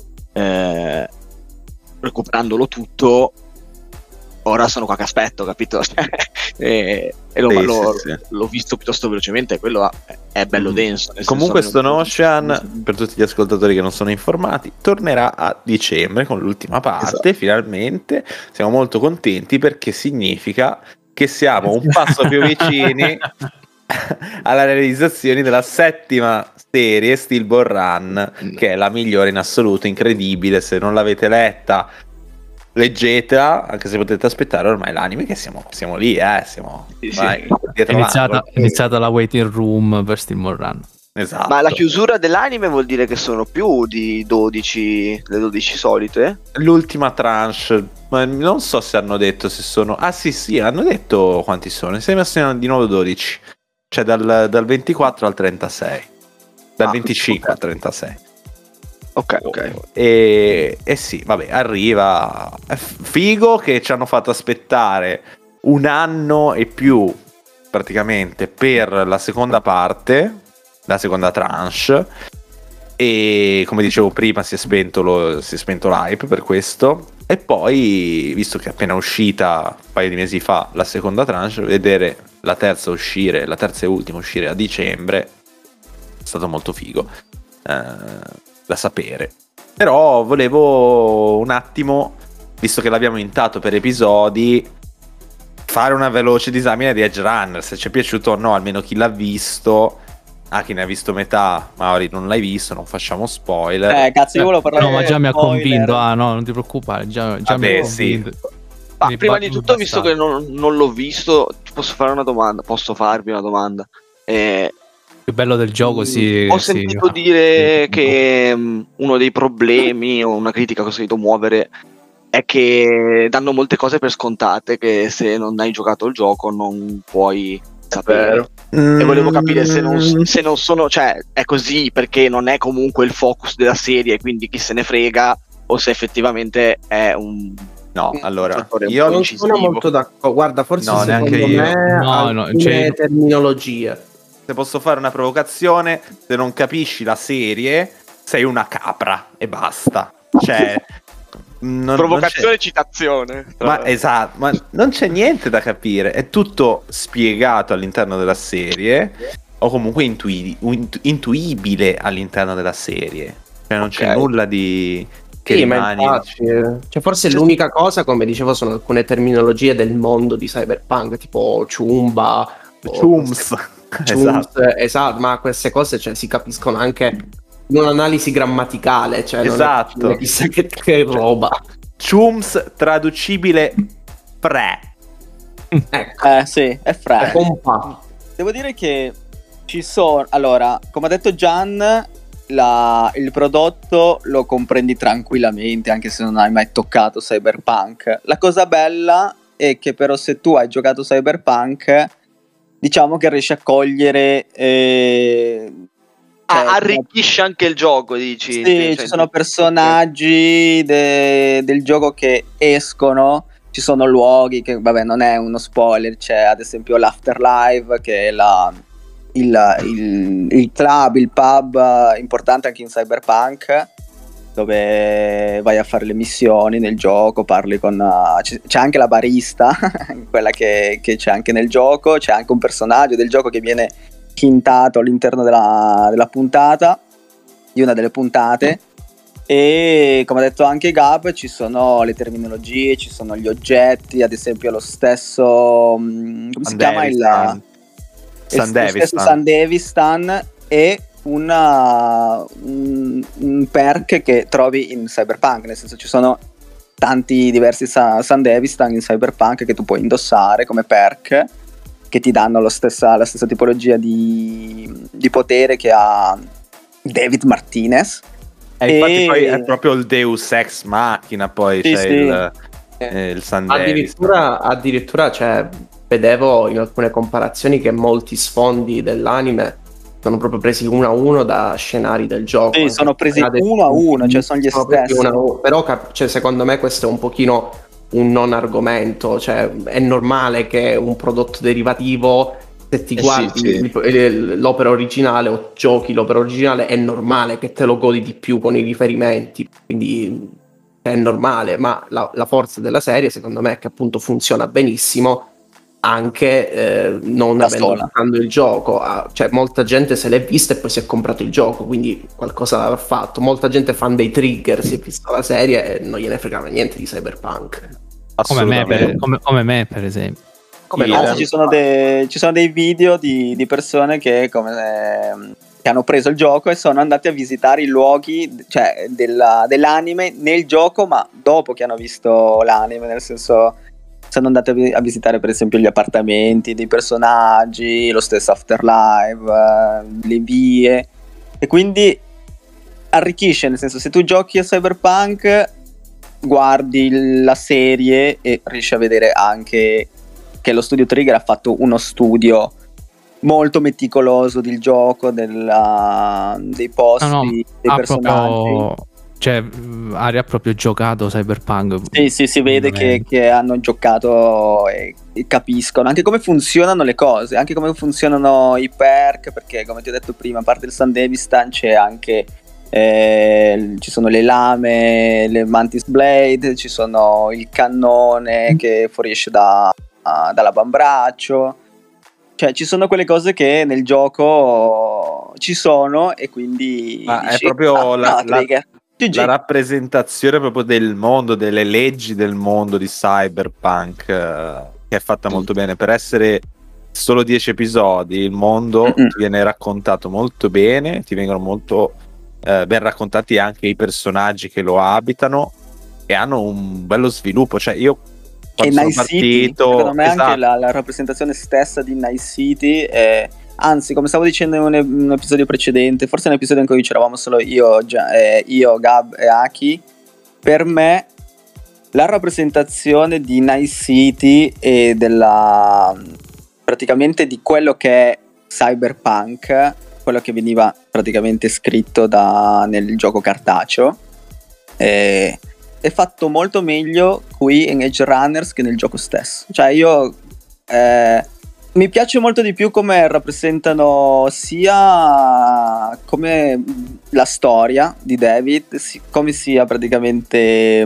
recuperandolo tutto. Ora sono qua che aspetto, capito? L'ho visto piuttosto velocemente, quello è bello denso. Comunque Stone Ocean, per tutti gli ascoltatori che non sono informati, tornerà a dicembre con l'ultima parte, esatto. Finalmente siamo molto contenti, perché significa che siamo un passo più vicini alla realizzazione della 7ª serie Stillborn Run, che è la migliore in assoluto, incredibile. Se non l'avete letta, leggetela, anche se potete aspettare ormai l'anime, che siamo lì, siamo vai, è iniziata la waiting room per Stillborn Run. Esatto. Ma la chiusura dell'anime vuol dire che sono più di 12, le 12 solite? L'ultima tranche, ma non so se hanno detto se sono... sì, hanno detto quanti sono, sono di nuovo 12, cioè dal 24 al 36, dal 25 al 36. Ok. E sì, vabbè, arriva. È figo che ci hanno fatto aspettare un anno e più praticamente per la seconda parte, la seconda tranche, e come dicevo prima si è spento l'hype per questo, E poi, visto che è appena uscita un paio di mesi fa la seconda tranche, vedere la terza e ultima uscire a dicembre è stato molto figo da sapere. Però volevo un attimo, visto che l'abbiamo intato per episodi, fare una veloce disamina di Edge Runner, se ci è piaciuto o no, almeno chi l'ha visto. Chi ne ha visto metà, Mauri non l'hai visto, non facciamo spoiler. Cazzo, io volevo parlare. No, ma già mi ha spoiler. convinto. No, non ti preoccupare, già Vabbè, mi ha sì. convinto. Ma Mi prima ba- di tutto, mi visto basta. che non l'ho visto, ti posso fare una domanda? Posso farvi una domanda? Il bello del gioco, sì. Ho sì. sentito dire che uno dei problemi o una critica che ho sentito muovere è che danno molte cose per scontate, che se non hai giocato il gioco non puoi sapere. E volevo capire se non sono, cioè è così perché non è comunque il focus della serie, quindi chi se ne frega, o se effettivamente è un No, allora, fattore un io po' Non incisivo. sono molto d'accordo. Guarda, forse No, secondo neanche io. me No, no, alcune cioè- terminologie. se posso fare una provocazione, se non capisci la serie, sei una capra e basta. Cioè, Provocazione, citazione. esatto, ma non c'è niente da capire, è tutto spiegato all'interno della serie, o comunque intuibile all'interno della serie. Cioè, non c'è Ok. nulla di che Sì, ma rimani. infatti, cioè forse l'unica cosa, come dicevo, sono alcune terminologie del mondo di Cyberpunk, tipo Chumba, o Chums. Chums, Esatto. esatto, ma queste cose, cioè, si capiscono anche in un'analisi grammaticale, cioè non è- Esatto. non è chissà che roba. Chums traducibile pre. Ecco, Sì, è fra. compa. Devo dire che ci sono. Allora, come ha detto Gian, il prodotto lo comprendi tranquillamente, anche se non hai mai toccato Cyberpunk. La cosa bella è che, però, se tu hai giocato Cyberpunk, diciamo che riesci a cogliere. Cioè, Arricchisce anche il gioco, dici? sì, Cioè, ci sono personaggi del gioco che escono, ci sono luoghi che, vabbè, non è uno spoiler, c'è ad esempio l'Afterlife, che è il club, il pub importante anche in Cyberpunk, dove vai a fare le missioni nel gioco, parli con... c'è anche la barista, quella che c'è anche nel gioco, c'è anche un personaggio del gioco che viene hintato all'interno della puntata, di una delle puntate, e come ha detto anche Gab, ci sono le terminologie, ci sono gli oggetti, ad esempio lo stesso come si chiama Sandevistan. lo stesso Sandevistan è un perk che trovi in Cyberpunk, nel senso ci sono tanti diversi Sandevistan in Cyberpunk che tu puoi indossare come perk, che ti danno la stessa tipologia di potere che ha David Martinez. E infatti poi è proprio il Deus Ex Machina, poi Sì, c'è sì. il Sandevistan. Addirittura cioè, vedevo in alcune comparazioni che molti sfondi dell'anime sono proprio presi uno a uno da scenari del gioco. Sì, sono presi uno a uno, cioè sono gli presi stessi. uno a uno. Però cioè, secondo me questo è un pochino un non argomento, cioè è normale che un prodotto derivativo, se ti guardi l'opera originale o giochi l'opera originale, è normale che te lo godi di più con i riferimenti, quindi è normale, ma la forza della serie secondo me è che appunto funziona benissimo anche non Da avendo sola. giocato il gioco. Cioè molta gente se l'è vista e poi si è comprato il gioco, quindi qualcosa l'avrà fatto. Molta gente fan dei trigger si è vista la serie e non gliene fregava niente di Cyberpunk. Come me, Assolutamente. come me, per esempio. Come Idem. no? Anzi, ci sono dei video di persone che hanno preso il gioco e sono andati a visitare i luoghi, cioè, dell'anime nel gioco, ma dopo che hanno visto l'anime, nel senso sono andati a visitare per esempio gli appartamenti dei personaggi, lo stesso Afterlife, le vie, e quindi arricchisce, nel senso, se tu giochi a Cyberpunk guardi la serie e riesci a vedere anche che lo studio Trigger ha fatto uno studio molto meticoloso del gioco, dei posti, dei personaggi. Cioè, Ari ha proprio giocato Cyberpunk. Sì, si vede che hanno giocato e capiscono anche come funzionano le cose, anche come funzionano i perk, perché come ti ho detto prima, a parte il Sandevistan c'è anche ci sono le lame, le Mantis Blade, ci sono il cannone che fuoriesce dall'avambraccio. Cioè, ci sono quelle cose che nel gioco ci sono e quindi Ma è proprio la Trigger. GG. la rappresentazione proprio del mondo, delle leggi del mondo di Cyberpunk, che è fatta molto bene. Per essere solo 10 episodi, il mondo ti viene raccontato molto bene, ti vengono molto ben raccontati anche i personaggi che lo abitano e hanno un bello sviluppo. Cioè, io E quando sono Night City, partito, secondo me anche esatto, la rappresentazione stessa di Night City, anzi, come stavo dicendo in un episodio precedente, forse un episodio in cui c'eravamo solo io, Gab e Aki, per me la rappresentazione di Night City e praticamente di quello che è Cyberpunk, quello che veniva praticamente scritto nel gioco cartaceo, è fatto molto meglio qui in Edge Runners che nel gioco stesso. Cioè io mi piace molto di più come rappresentano sia come la storia di David, come sia praticamente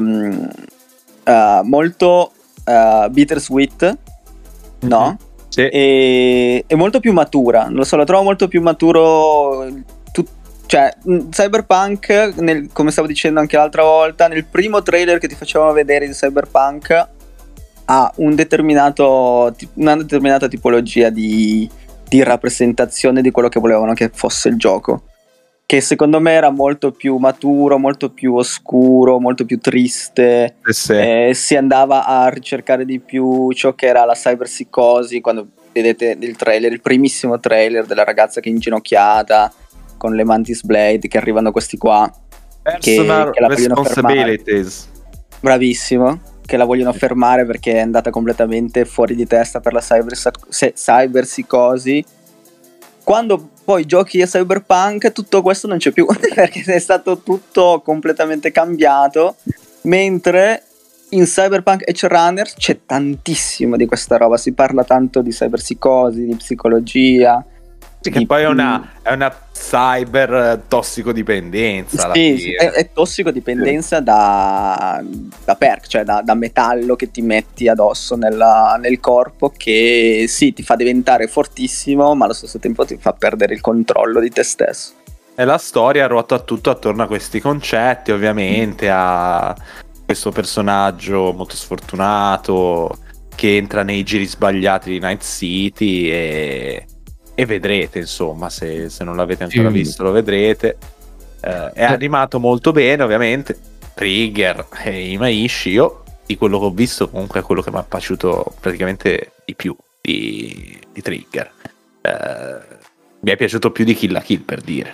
molto bittersweet, no? sì. È molto più matura, non lo so, lo trovo molto più maturo. Cioè, Cyberpunk, come stavo dicendo anche l'altra volta, nel primo trailer che ti facevano vedere di Cyberpunk ha una determinata tipologia di rappresentazione di quello che volevano che fosse il gioco, che secondo me era molto più maturo, molto più oscuro, molto più triste. Si andava a ricercare di più ciò che era la cyberpsicosi. Quando vedete il trailer, il primissimo trailer della ragazza che è inginocchiata con le Mantis Blade, che arrivano questi qua Personal che la vogliono fermare. responsibilities. Bravissimo, che la vogliono fermare perché è andata completamente fuori di testa per la cyberpsicosi. Quando poi giochi a Cyberpunk tutto questo non c'è più perché è stato tutto completamente cambiato, mentre in Cyberpunk Edge Runners c'è tantissimo di questa roba, si parla tanto di cyberpsicosi, di psicologia. Sì, che poi è una cyber tossicodipendenza. alla Sì, fine. è tossicodipendenza da perk, cioè da metallo che ti metti addosso nel corpo, che sì, ti fa diventare fortissimo, ma allo stesso tempo ti fa perdere il controllo di te stesso. E la storia ruota tutto attorno a questi concetti, ovviamente, a questo personaggio molto sfortunato che entra nei giri sbagliati di Night City e vedrete, insomma, se non l'avete ancora visto lo vedrete. È animato molto bene, ovviamente. Trigger e Imaishi, io di quello che ho visto comunque è quello che mi è piaciuto praticamente di più di Trigger. Mi è piaciuto più di Kill la Kill, per dire.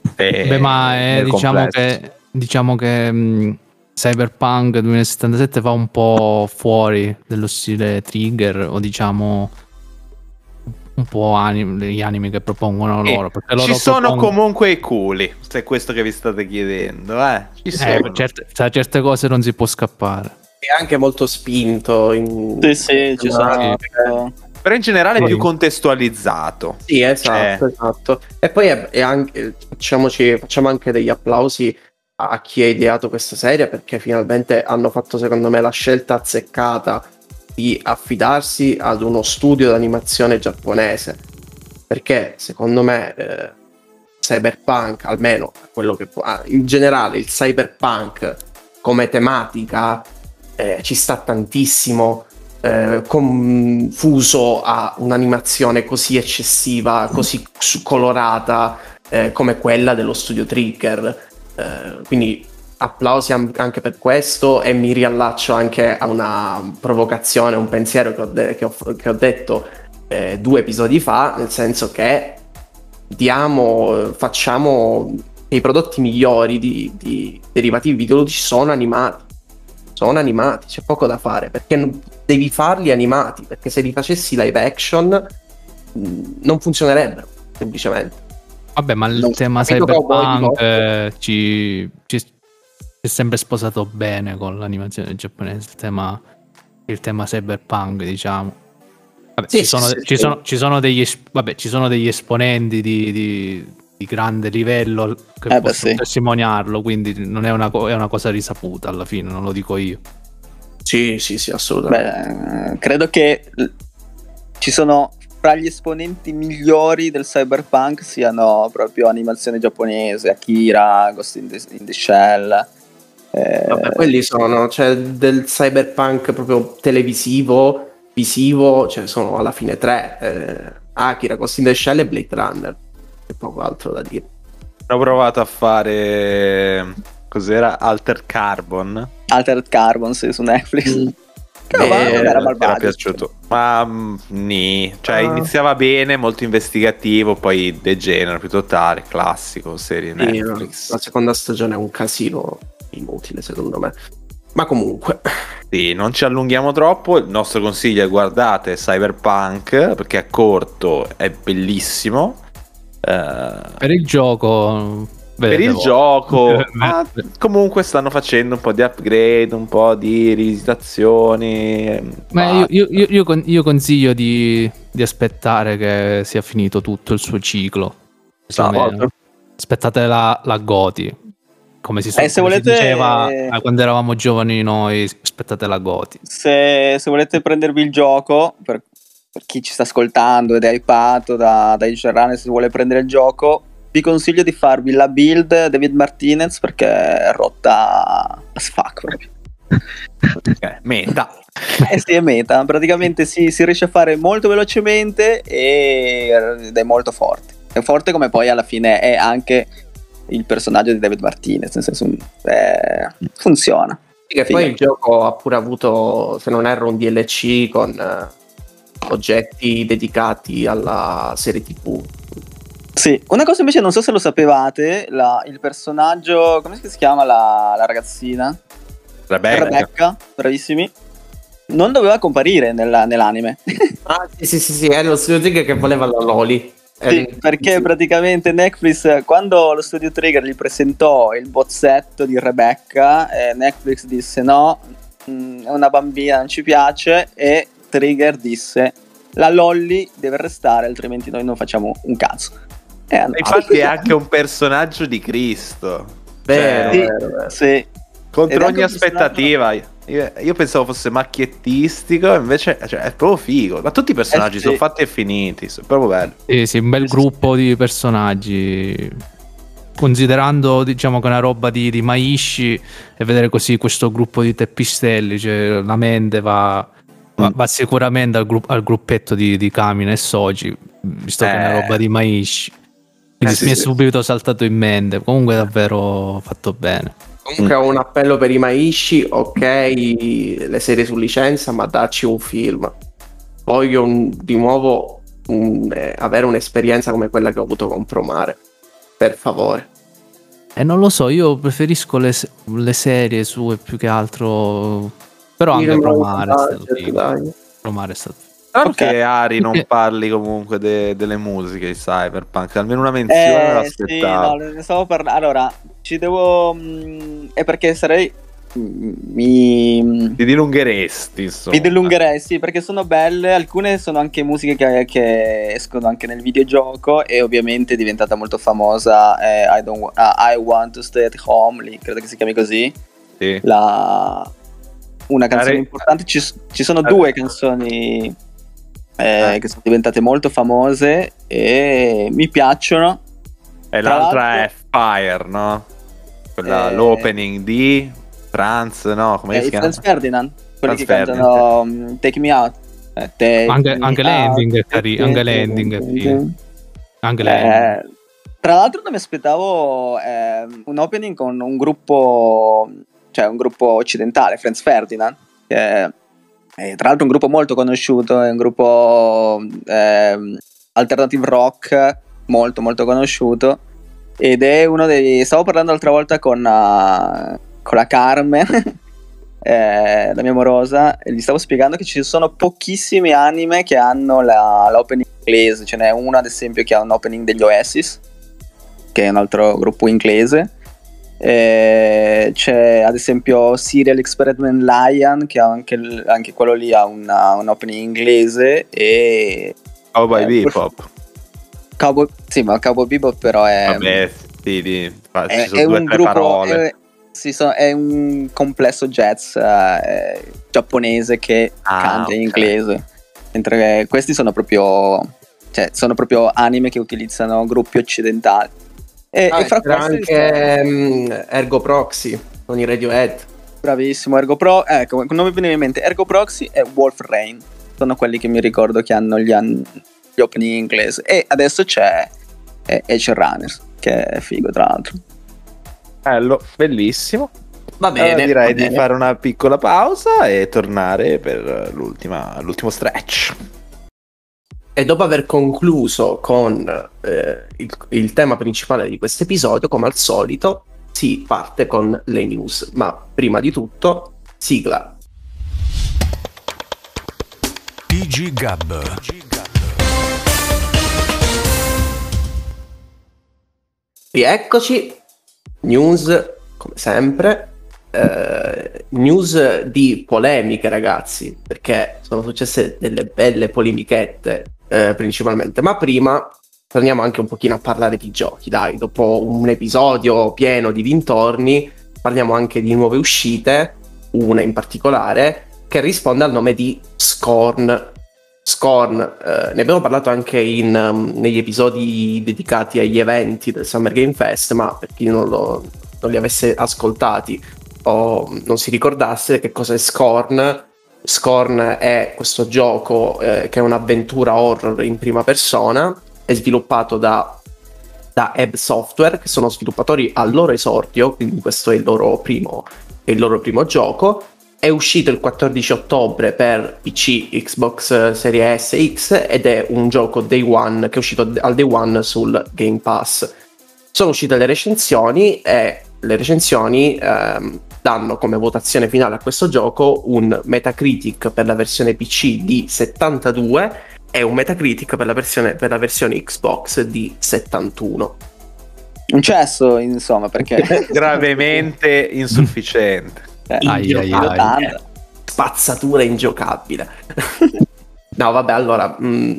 Diciamo che Cyberpunk 2077 va un po' fuori dello stile Trigger, o diciamo un po' gli anime che propongono loro, perché loro ci sono comunque i culi, se è questo che vi state chiedendo, ci sono. Certe cose non si può scappare. È anche molto spinto Sì, ci sono. Però in generale è più contestualizzato. Sì, esatto. E poi è anche, facciamo anche degli applausi a chi ha ideato questa serie, perché finalmente hanno fatto, secondo me, la scelta azzeccata di affidarsi ad uno studio d'animazione giapponese, perché secondo me Cyberpunk, almeno quello che in generale il cyberpunk come tematica ci sta tantissimo, confuso a un'animazione così eccessiva, così colorata come quella dello studio Trigger, quindi applausi anche per questo. E mi riallaccio anche a una provocazione, un pensiero che ho detto 2 episodi fa, nel senso che facciamo che i prodotti migliori di derivativi videoludici sono animati, c'è poco da fare, perché devi farli animati, perché se li facessi live action non funzionerebbero, semplicemente. Vabbè, ma il tema Cyberpunk ci è sempre sposato bene con l'animazione giapponese, il tema Cyberpunk, diciamo. Vabbè, ci sono degli esponenti di grande livello che beh, possono sì. testimoniarlo, quindi non è è una cosa risaputa alla fine, non lo dico io. Sì, assolutamente. Beh, credo che ci sono fra gli esponenti migliori del cyberpunk siano proprio animazione giapponese, Akira, Ghost in the Shell. Vabbè, quelli sono, cioè del cyberpunk proprio televisivo, visivo, cioè sono alla fine 3, Akira, Ghost in the Shell e Blade Runner, e poco altro da dire. Ho provato a fare, cos'era? Altered Carbon. Altered Carbon, sì, su Netflix. Che non era Era malvagio. piaciuto, ma cioè iniziava bene, molto investigativo, poi degenera più totale, classico, serie Sì, Netflix. la seconda stagione è un casino inutile secondo me, ma comunque Sì, non ci allunghiamo troppo, il nostro consiglio è guardate Cyberpunk perché è corto, è bellissimo. Per il gioco Per il gioco, ma comunque stanno facendo un po' di upgrade, un po' di rivisitazioni. Ma io consiglio di aspettare che sia finito tutto il suo ciclo. Esatto. Aspettate la GOTY, come si, se come si volete- diceva quando eravamo giovani noi, aspettate la GOTY. Se volete prendervi il gioco, per chi ci sta ascoltando ed è hypato dai Runner, se vuole prendere il gioco, vi consiglio di farvi la build David Martinez perché è rotta as fuck proprio. Meta. Sì, è meta, praticamente si riesce a fare molto velocemente ed è molto forte. È forte come poi alla fine è anche il personaggio di David Martinez, nel senso funziona. Sì, che poi il gioco ha pure avuto, se non erro, un DLC con oggetti dedicati alla serie TV. Sì, una cosa invece non so se lo sapevate, il personaggio, come si chiama la ragazzina? Rebecca, bravissimi. Non doveva comparire nell'anime. Ah, sì, è lo studio Trigger che voleva la Loli. Sì, perché praticamente Netflix, quando lo studio Trigger gli presentò il bozzetto di Rebecca, Netflix disse no, è una bambina, non ci piace, e Trigger disse la Lolly deve restare, altrimenti noi non facciamo un cazzo. Infatti è anche un personaggio di Cristo. Vero. Sì. Contro ogni aspettativa. Io pensavo fosse macchiettistico, invece è proprio figo. Ma tutti i personaggi sono fatti e finiti, sono proprio belli. Sì, un bel gruppo di personaggi. Considerando, diciamo, che è una roba di Maishi, e vedere così questo gruppo di teppistelli, cioè la mente va sicuramente al gruppetto di Kamina e Soji, visto che è una roba di Maishi. Quindi mi è subito saltato in mente. Comunque davvero fatto bene. Comunque ho un appello per i Maishi, ok, le serie su licenza, ma dacci un film. Voglio di nuovo avere un'esperienza come quella che ho avuto con Promare, per favore. Non lo so, io preferisco le serie sue più che altro, però anche Promare è stato figo. Promare è stato figo. Perché Ari non parli comunque delle musiche di Cyberpunk? Almeno una menzione l'aspettavo. Sì, no, ne stavo parlando. Allora, ci devo... è perché sarei... Ti dilungheresti, insomma. Mi dilungherei, sì, perché sono belle. Alcune sono anche musiche che escono anche nel videogioco, e ovviamente è diventata molto famosa I Want to Stay at Home, lì, credo che si chiami così. Sì. Una canzone importante. Ci sono due canzoni che sono diventate molto famose e mi piacciono. E l'altra è Fire, no? Quella, l'opening di Franz, no? Come si chiama? Franz Ferdinand, quelli che cantano Take Me Out. Anche l'ending è carino. Anche l'ending è figo. Anche l'ending. Tra l'altro non mi aspettavo un opening con un gruppo, cioè un gruppo occidentale, Franz Ferdinand, che è tra l'altro un gruppo molto conosciuto, è un gruppo alternative rock molto molto conosciuto, ed è uno dei... Stavo parlando l'altra volta con la Carmen la mia morosa, e gli stavo spiegando che ci sono pochissimi anime che hanno l'opening inglese. Ce n'è uno ad esempio che ha un opening degli Oasis, che è un altro gruppo inglese. C'è ad esempio Serial Experiment Lion, che ha anche quello lì ha un opening inglese, e Cowboy Bebop. Sì, ma Cowboy Bebop però è... Vabbè, sì, ci sono è due o un tre gruppo... parole. È un complesso jazz giapponese che canta in ok. inglese. Mentre questi sono proprio... Cioè, sono proprio anime che utilizzano gruppi occidentali. E fra c'era questi anche Ergo Proxy con i Radiohead. bravissimo Ergo Pro, ecco, non mi veniva in mente Ergo Proxy e Wolf Rain. Sono quelli che mi ricordo che hanno gli opening in inglese. E adesso c'è Edge Runners, che è figo tra l'altro. Bello, bellissimo. Va bene, Allora direi va di bene. fare una piccola pausa e tornare per l'ultimo stretch. E dopo aver concluso con il tema principale di questo episodio, come al solito, si parte con le news. Ma prima di tutto, sigla. TG Gab. Rieccoci, news come sempre, news di polemiche ragazzi, perché sono successe delle belle polemichette principalmente, ma prima torniamo anche un pochino a parlare di giochi, dai, dopo un episodio pieno di dintorni parliamo anche di nuove uscite, una in particolare che risponde al nome di Scorn. Ne abbiamo parlato anche negli episodi dedicati agli eventi del Summer Game Fest, ma per chi non li avesse ascoltati o non si ricordasse che cosa è Scorn. Scorn è questo gioco che è un'avventura horror in prima persona, è sviluppato da Ebb Software, che sono sviluppatori al loro esordio, quindi questo è il loro primo gioco. È uscito il 14 ottobre per PC, Xbox Series S e X ed è un gioco Day One che è uscito al Day One sul Game Pass. Sono uscite le recensioni e le recensioni danno come votazione finale a questo gioco un Metacritic per la versione PC di 72 e un Metacritic per la versione Xbox di 71. Un cesso, insomma, perché Gravemente insufficiente. Ingiocabile. Spazzatura ingiocabile. No, vabbè, allora,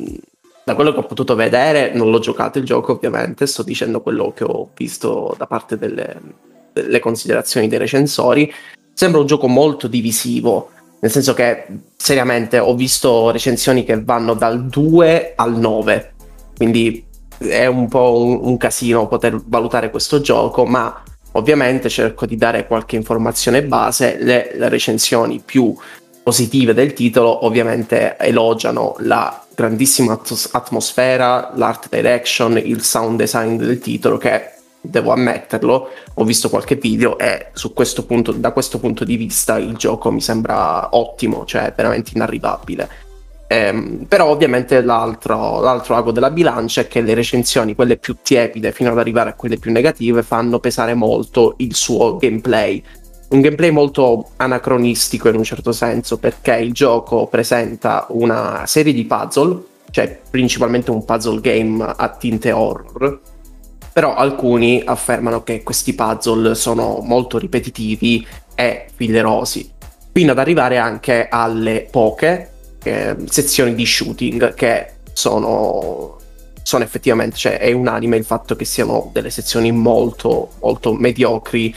da quello che ho potuto vedere, non l'ho giocato il gioco, ovviamente, sto dicendo quello che ho visto da parte delle considerazioni dei recensori. Sembra un gioco molto divisivo, nel senso che, seriamente, ho visto recensioni che vanno dal 2 al 9, quindi è un po' un casino poter valutare questo gioco, ma ovviamente cerco di dare qualche informazione base. Le recensioni più positive del titolo ovviamente elogiano la grandissima atmosfera, l'art direction, il sound design del titolo, che devo ammetterlo, ho visto qualche video e da questo punto di vista il gioco mi sembra ottimo, cioè veramente inarrivabile. Però ovviamente l'altro lago della bilancia è che le recensioni, quelle più tiepide fino ad arrivare a quelle più negative, fanno pesare molto il suo gameplay. Un gameplay molto anacronistico in un certo senso, perché il gioco presenta una serie di puzzle, cioè principalmente un puzzle game a tinte horror, però alcuni affermano che questi puzzle sono molto ripetitivi e filerosi, fino ad arrivare anche alle poche sezioni di shooting che sono effettivamente, cioè è unanime il fatto che siano delle sezioni molto molto mediocri,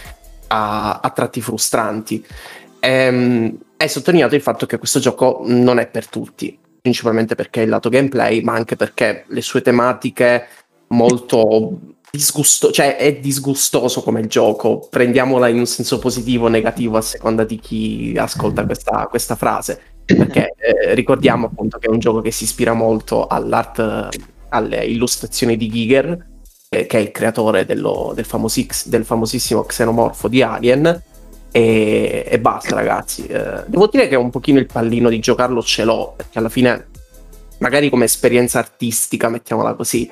a tratti frustranti. È sottolineato il fatto che questo gioco non è per tutti, principalmente perché il lato gameplay, ma anche perché le sue tematiche molto cioè è disgustoso come gioco, prendiamola in un senso positivo o negativo a seconda di chi ascolta questa frase, perché ricordiamo appunto che è un gioco che si ispira molto alle illustrazioni di Giger, che è il creatore del famosissimo xenomorfo di Alien, e basta ragazzi. Devo dire che un pochino il pallino di giocarlo ce l'ho, perché alla fine magari come esperienza artistica, mettiamola così,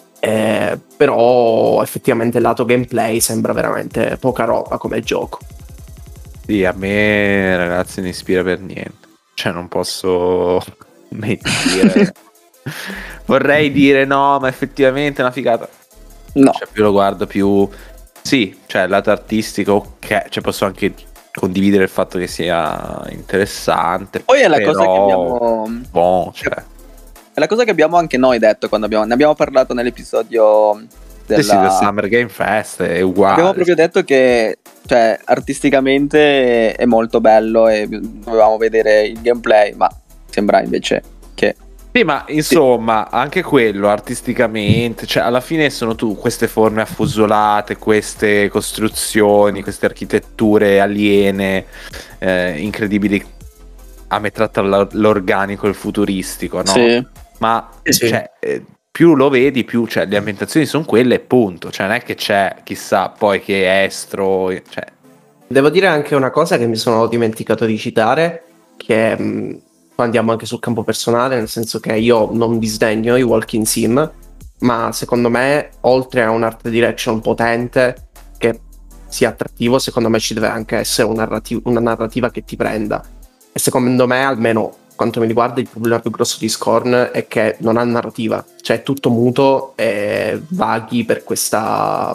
però effettivamente il lato gameplay sembra veramente poca roba come gioco. Sì, a me ragazzi non ispira per niente, cioè non posso mentire. Vorrei dire no, ma effettivamente è una figata. no. Cioè, più lo guardo più sì, cioè il lato artistico, ok, cioè posso anche condividere il fatto che sia interessante. Poi è la però, cosa che abbiamo boh, cioè. È la cosa che abbiamo anche noi detto quando ne abbiamo parlato nell'episodio Sì, del Summer Game Fest è uguale. Abbiamo proprio detto che, cioè, artisticamente è molto bello e dovevamo vedere il gameplay, ma sembra invece che... Sì, ma insomma, anche quello artisticamente, cioè alla fine sono queste forme affusolate, queste costruzioni, queste architetture aliene, incredibili, a metà tra l'organico e il futuristico, no? Sì. Ma Sì. cioè, più lo vedi, più cioè, le ambientazioni sono quelle e punto, cioè non è che c'è chissà poi che è estro, cioè... Devo dire anche una cosa che mi sono dimenticato di citare, che poi andiamo anche sul campo personale, nel senso che io non disdegno i walking sim, ma secondo me, oltre a un art direction potente che sia attrattivo, secondo me ci deve anche essere una narrativa che ti prenda. E secondo me, almeno quanto mi riguarda, il problema più grosso di Scorn è che non ha narrativa, cioè è tutto muto e vaghi per questa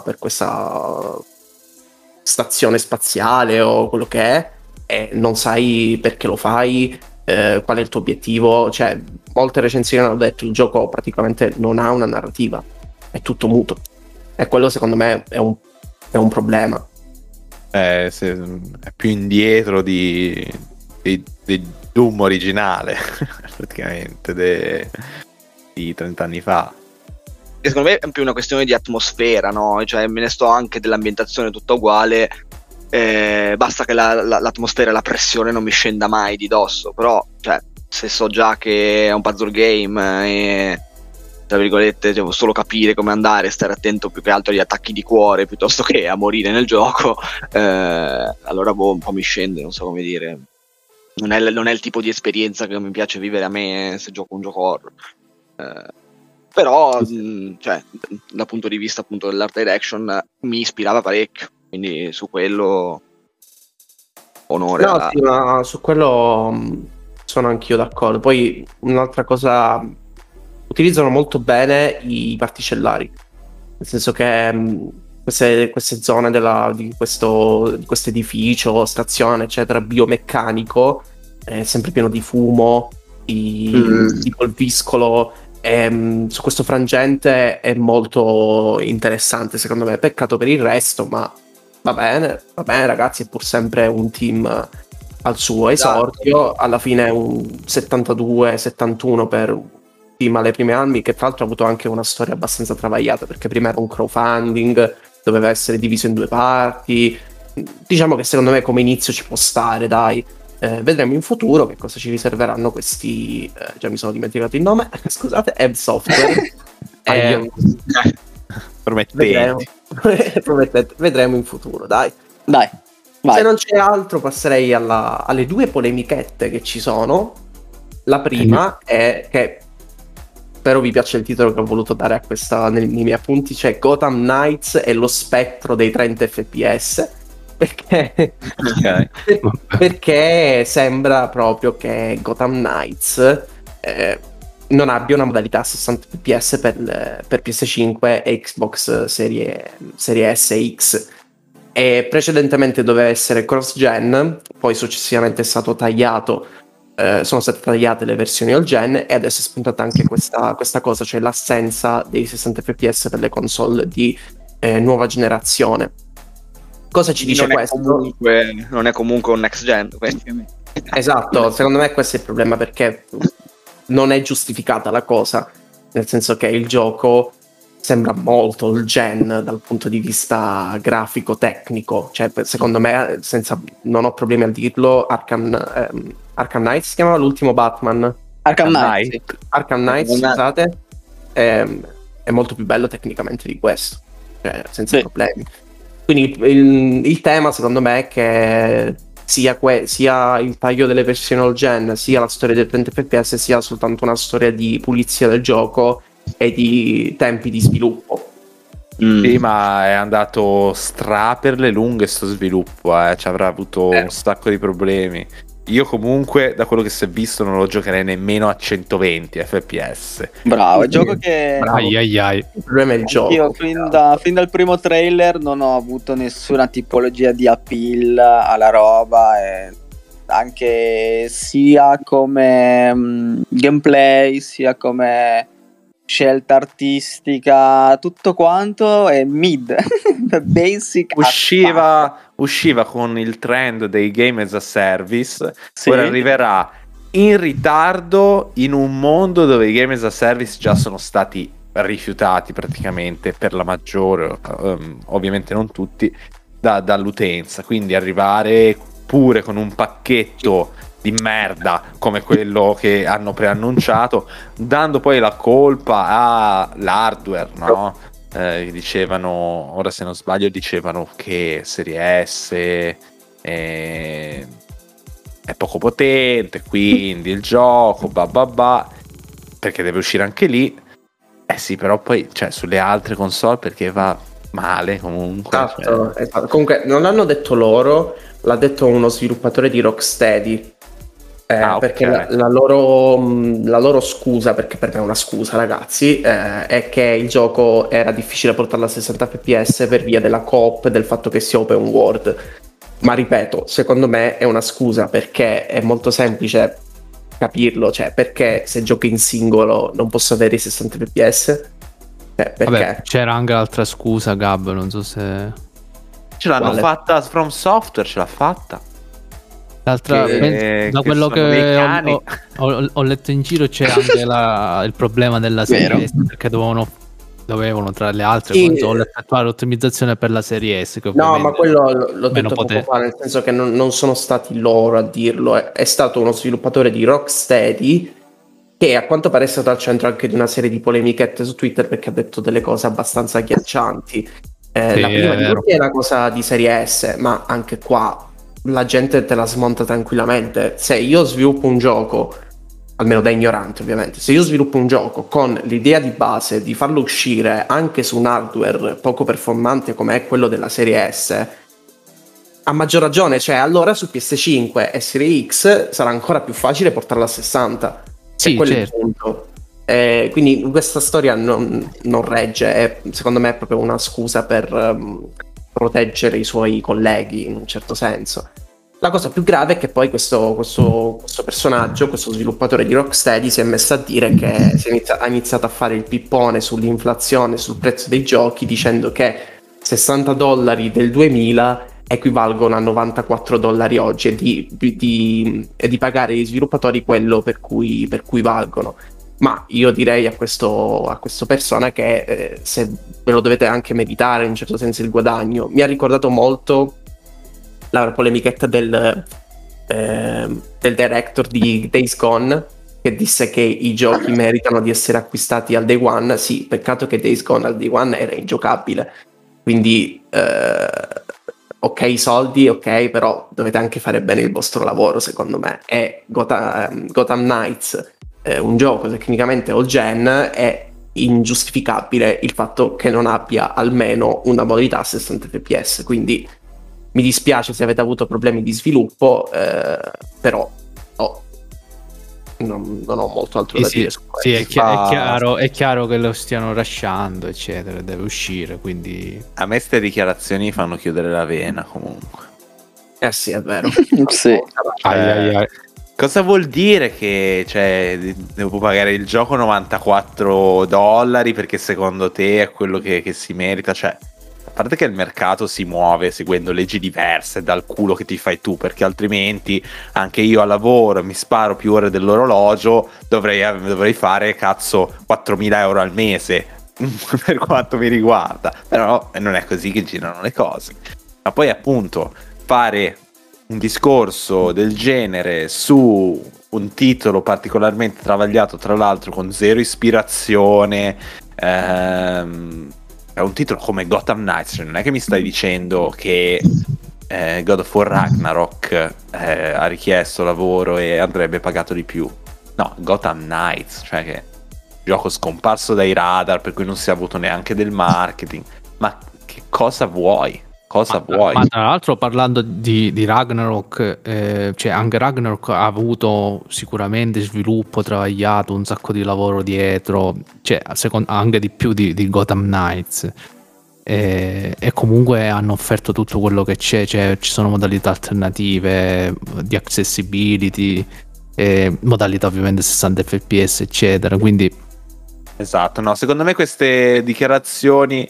stazione spaziale o quello che è, e non sai perché lo fai, qual è il tuo obiettivo. Cioè, molte recensioni hanno detto il gioco praticamente non ha una narrativa, è tutto muto, e quello secondo me è un problema. È più indietro di Doom originale praticamente di 30 anni fa. E secondo me è più una questione di atmosfera, no? Cioè, me ne sto anche dell'ambientazione tutta uguale, basta che l'atmosfera e la pressione non mi scenda mai di dosso. Però, cioè, se so già che è un puzzle game e, tra virgolette, devo solo capire come andare, stare attento più che altro agli attacchi di cuore piuttosto che a morire nel gioco, allora un po' mi scende, non so come dire. Non è il tipo di esperienza che mi piace vivere a me se gioco un gioco horror. Però, cioè, dal punto di vista appunto dell'art direction, mi ispirava parecchio, quindi su quello onore. No, sì, ma su quello sono anch'io d'accordo. Poi un'altra cosa, utilizzano molto bene i particellari, nel senso che queste zone di questo edificio, stazione, eccetera, biomeccanico, è sempre pieno di fumo, di polviscolo. Su questo frangente è molto interessante secondo me. Peccato per il resto, ma va bene ragazzi, è pur sempre un team al suo esordio. Alla fine un 72-71 per un team alle prime armi, che tra l'altro ha avuto anche una storia abbastanza travagliata, perché prima era un crowdfunding, doveva essere diviso in 2 parti. Diciamo che secondo me come inizio ci può stare, dai. Vedremo in futuro che cosa ci riserveranno questi, già mi sono dimenticato il nome, scusate, Ebb Software. Promettenti. Vedremo in futuro, dai. Vai. Se non c'è altro, passerei alle 2 polemichette che ci sono. La prima è che, spero vi piaccia il titolo che ho voluto dare a questa nei miei appunti, cioè Gotham Knights è lo spettro dei 30 fps. Perché sembra proprio che Gotham Knights non abbia una modalità 60 fps per PS5 e Xbox Serie S e X, e precedentemente doveva essere cross-gen, poi successivamente è stato tagliato, sono state tagliate le versioni all-gen, e adesso è spuntata anche questa cosa, cioè l'assenza dei 60 fps per le console di nuova generazione. Cosa ci dice questo? Non è comunque un next gen. Esatto, secondo me questo è il problema, perché non è giustificata la cosa, nel senso che il gioco sembra molto il gen dal punto di vista grafico, tecnico. Cioè, secondo me, non ho problemi a dirlo, Arkham Knight si chiamava l'ultimo Batman? Arkham Knight, scusate, è molto più bello tecnicamente di questo, cioè, senza problemi. Quindi il tema secondo me è che sia il taglio delle versioni all gen, sia la storia dei 30 fps, sia soltanto una storia di pulizia del gioco e di tempi di sviluppo. Sì, ma è andato per le lunghe sto sviluppo, ci avrà avuto un sacco di problemi. Io comunque, da quello che si è visto, non lo giocherei nemmeno a 120 fps. Bravo, è gioco che... Il problema è il gioco. Io fin dal primo trailer non ho avuto nessuna tipologia di appeal alla roba, e anche sia come gameplay, sia come scelta artistica, tutto quanto è mid. Basic usciva con il trend dei game as a service, Sì. ora arriverà in ritardo in un mondo dove i game as a service già sono stati rifiutati praticamente per la maggiore, ovviamente non tutti, dall'utenza, quindi arrivare pure con un pacchetto di merda come quello che hanno preannunciato, dando poi la colpa all'hardware, no? Dicevano, ora se non sbaglio, dicevano che Serie S è poco potente, quindi il gioco perché deve uscire anche lì. Sì, però poi sulle altre console perché va male comunque. Esatto. Comunque non l'hanno detto loro, l'ha detto uno sviluppatore di Rocksteady. Perché la loro scusa, perché per me è una scusa, ragazzi, è che il gioco era difficile portarlo a 60 fps per via della coop, del fatto che sia open world. Ma ripeto, secondo me è una scusa, perché è molto semplice capirlo, perché se giochi in singolo non posso avere i 60 fps? Perché? Vabbè, c'era anche l'altra scusa, Gab, non so se... Ce l'hanno fatta From Software, ce l'ha fatta. L'altra, da quello che ho letto in giro, c'è anche il problema della serie S, perché dovevano tra le altre console effettuare l'ottimizzazione per la serie S. Che no, ma quello l'ho detto poco fa, nel senso che non sono stati loro a dirlo, è stato uno sviluppatore di Rocksteady che a quanto pare è stato al centro anche di una serie di polemichette su Twitter, perché ha detto delle cose abbastanza agghiaccianti. La prima di tutte è la cosa di serie S, ma anche qua la gente te la smonta tranquillamente. Se io sviluppo un gioco, almeno da ignorante ovviamente, se io sviluppo un gioco con l'idea di base di farlo uscire anche su un hardware poco performante come è quello della serie S, a maggior ragione, allora su PS5 e Serie X sarà ancora più facile portarla a 60. Sì, quello certo. è il punto. Quindi questa storia non regge, secondo me è proprio una scusa per proteggere i suoi colleghi in un certo senso. La cosa più grave è che poi questo personaggio, questo sviluppatore di Rocksteady, si è messo a dire che ha iniziato a fare il pippone sull'inflazione, sul prezzo dei giochi, dicendo che $60 del 2000 equivalgono a $94 oggi e di pagare agli sviluppatori quello per cui valgono. Ma io direi a questo persona che se ve lo dovete anche meritare in un certo senso il guadagno. Mi ha ricordato molto la polemichetta del director di Days Gone, che disse che i giochi meritano di essere acquistati al day one. Sì, peccato che Days Gone al day one era ingiocabile, quindi ok i soldi, ok, però dovete anche fare bene il vostro lavoro, secondo me. E Gotham Knights, un gioco tecnicamente all gen, è ingiustificabile il fatto che non abbia almeno una modalità a 60 fps, quindi mi dispiace se avete avuto problemi di sviluppo, però non ho molto altro da dire su questo. Sì, è chiaro che lo stiano rushando, eccetera, deve uscire, quindi... A me ste dichiarazioni fanno chiudere la vena, comunque. Sì, è vero. Sì. Cosa vuol dire che devo pagare il gioco $94 perché secondo te è quello che si merita? A parte che il mercato si muove seguendo leggi diverse dal culo che ti fai tu, perché altrimenti anche io al lavoro mi sparo più ore dell'orologio, dovrei fare 4.000 euro al mese per quanto mi riguarda, però non è così che girano le cose. Ma poi appunto fare un discorso del genere su un titolo particolarmente travagliato, tra l'altro con zero ispirazione, è un titolo come Gotham Knights, non è che mi stai dicendo che God of War Ragnarok ha richiesto lavoro e andrebbe pagato di più. No, Gotham Knights, che gioco scomparso dai radar, per cui non si è avuto neanche del marketing. Ma che cosa vuoi? Ma tra l'altro, parlando di Ragnarok, anche Ragnarok ha avuto sicuramente sviluppo travagliato, un sacco di lavoro dietro, anche di più di Gotham Knights. e comunque hanno offerto tutto quello che c'è, cioè ci sono modalità alternative di accessibility, modalità ovviamente 60 fps eccetera, quindi Esatto, no, secondo me queste dichiarazioni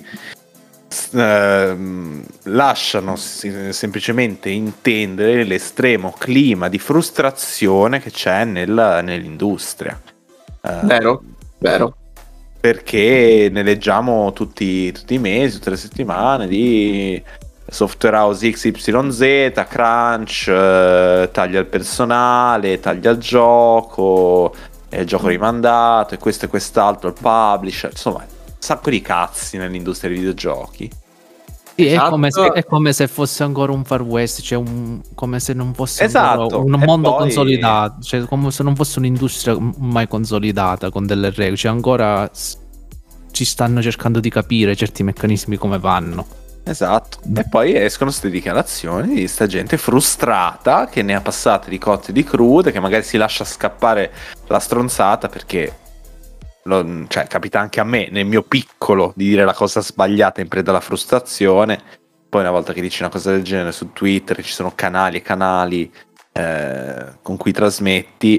lasciano semplicemente intendere l'estremo clima di frustrazione che c'è nell'industria. Vero, vero. Perché ne leggiamo tutti i mesi, tutte le settimane di software house XYZ, crunch, taglia il personale, taglia il gioco rimandato, e questo e quest'altro, il publisher, insomma, un sacco di cazzi nell'industria dei videogiochi. sì, Esatto. è come se fosse ancora un Far West, cioè come se non fosse Esatto, ancora un e mondo poi- consolidato, cioè come se non fosse un'industria mai consolidata con delle regole, cioè ancora ci stanno cercando di capire certi meccanismi come vanno. Esatto, e poi escono queste dichiarazioni di sta gente frustrata che ne ha passate di cotte e di crude, che magari si lascia scappare la stronzata perché cioè, capita anche a me nel mio piccolo di dire la cosa sbagliata in preda alla frustrazione. Poi una volta che dici una cosa del genere su Twitter, ci sono canali e canali con cui trasmetti,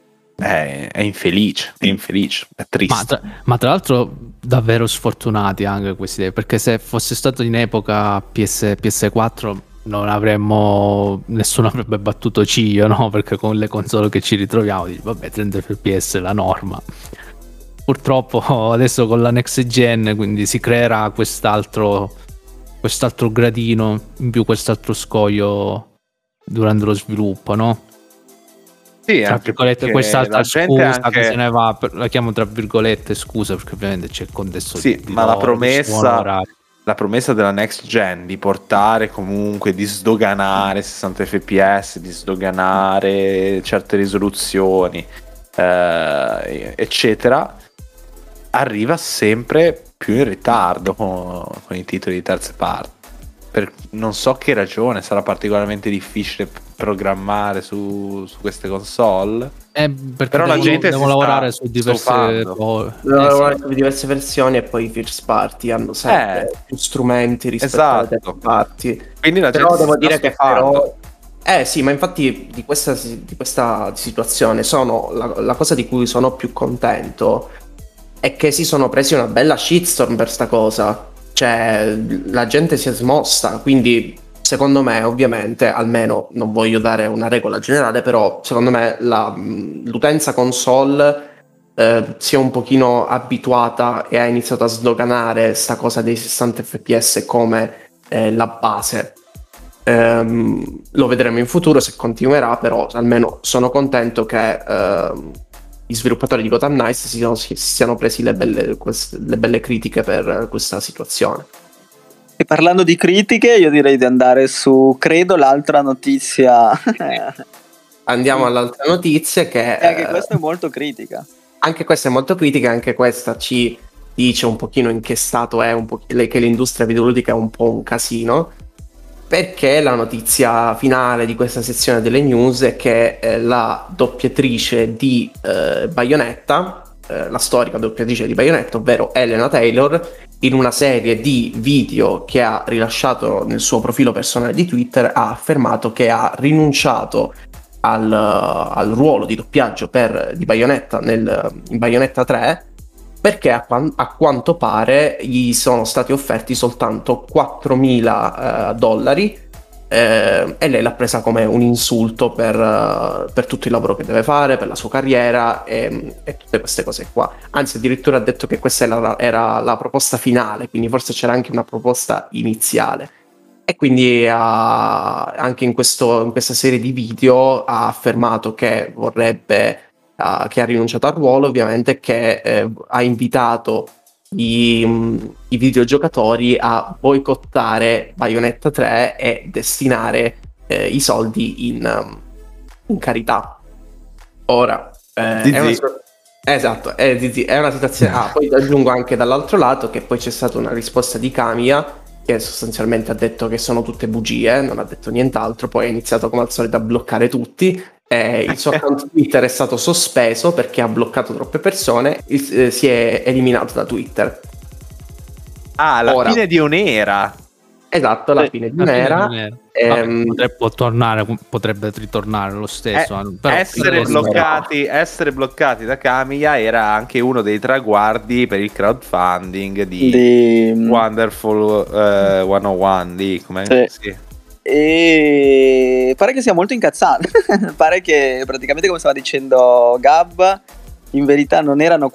è infelice, è triste. Ma tra l'altro davvero sfortunati anche questi, perché se fosse stato in epoca PS4 non avremmo, nessuno avrebbe battuto ciglio, no? Perché con le console che ci ritroviamo dici, vabbè, 30 fps è la norma. Purtroppo adesso con la next gen quindi si creerà quest'altro gradino in più, quest'altro scoglio durante lo sviluppo, no? Sì, Tra anche virgolette, perché quest'altra la gente scusa anche- che se ne va, la chiamo tra virgolette scusa perché ovviamente c'è il contesto Sì, di ma la loro, di suono orario. promessa della next gen di portare comunque, di sdoganare 60 fps, di sdoganare certe risoluzioni, eccetera, arriva sempre più in ritardo con i titoli di terze parti. Per non so che ragione, sarà particolarmente difficile programmare su queste console. Perché Però la gente devono si lavorare sta su diverse stufando. Su diverse versioni, e poi i first party hanno sempre più strumenti rispetto alle esatto. third party. Quindi la Però gente devo si sta dire che stufando. però sì, ma infatti di questa situazione la cosa di cui sono più contento è che si sono presi una bella shitstorm per sta cosa. Cioè, la gente si è smossa, quindi secondo me, ovviamente, almeno non voglio dare una regola generale, però secondo me l'utenza console si è un pochino abituata e ha iniziato a sdoganare sta cosa dei 60 fps come la base. Lo vedremo in futuro se continuerà, però almeno sono contento che gli sviluppatori di Gotham Knights si siano presi le belle critiche per questa situazione. E parlando di critiche, io direi di andare su, credo, l'altra notizia. Andiamo all'altra notizia che Anche questa è molto critica. Anche questa è molto critica, anche questa ci dice un pochino in che stato è che l'industria videoludica è un po' un casino, perché la notizia finale di questa sezione delle news è che la doppiatrice di Bayonetta, la storica doppiatrice di Bayonetta, ovvero Elena Taylor, in una serie di video che ha rilasciato nel suo profilo personale di Twitter, ha affermato che ha rinunciato al ruolo di doppiaggio di Bayonetta in Bayonetta 3, perché a quanto pare gli sono stati offerti soltanto $4.000 e lei l'ha presa come un insulto per tutto il lavoro che deve fare, per la sua carriera e tutte queste cose qua. Anzi, addirittura ha detto che questa era la proposta finale, quindi forse c'era anche una proposta iniziale. E quindi anche in questa serie di video ha affermato che che ha rinunciato al ruolo, ovviamente, che ha invitato i videogiocatori a boicottare Bayonetta 3 e destinare i soldi in carità. Ora, esatto, è una situazione. Poi aggiungo anche dall'altro lato che poi c'è stata una risposta di Kamiya, che sostanzialmente ha detto che sono tutte bugie, non ha detto nient'altro. Poi ha iniziato come al solito a bloccare tutti. Il suo account Twitter è stato sospeso perché ha bloccato troppe persone, si è eliminato da Twitter. la Ora. fine di un'era. Esatto, la fine di un'era. Potrebbe ritornare lo stesso. Però Essere bloccati da Kamiya era anche uno dei traguardi per il crowdfunding di Wonderful 101 di come sì. E pare che sia molto incazzato. Pare che praticamente, come stava dicendo Gab, in verità non erano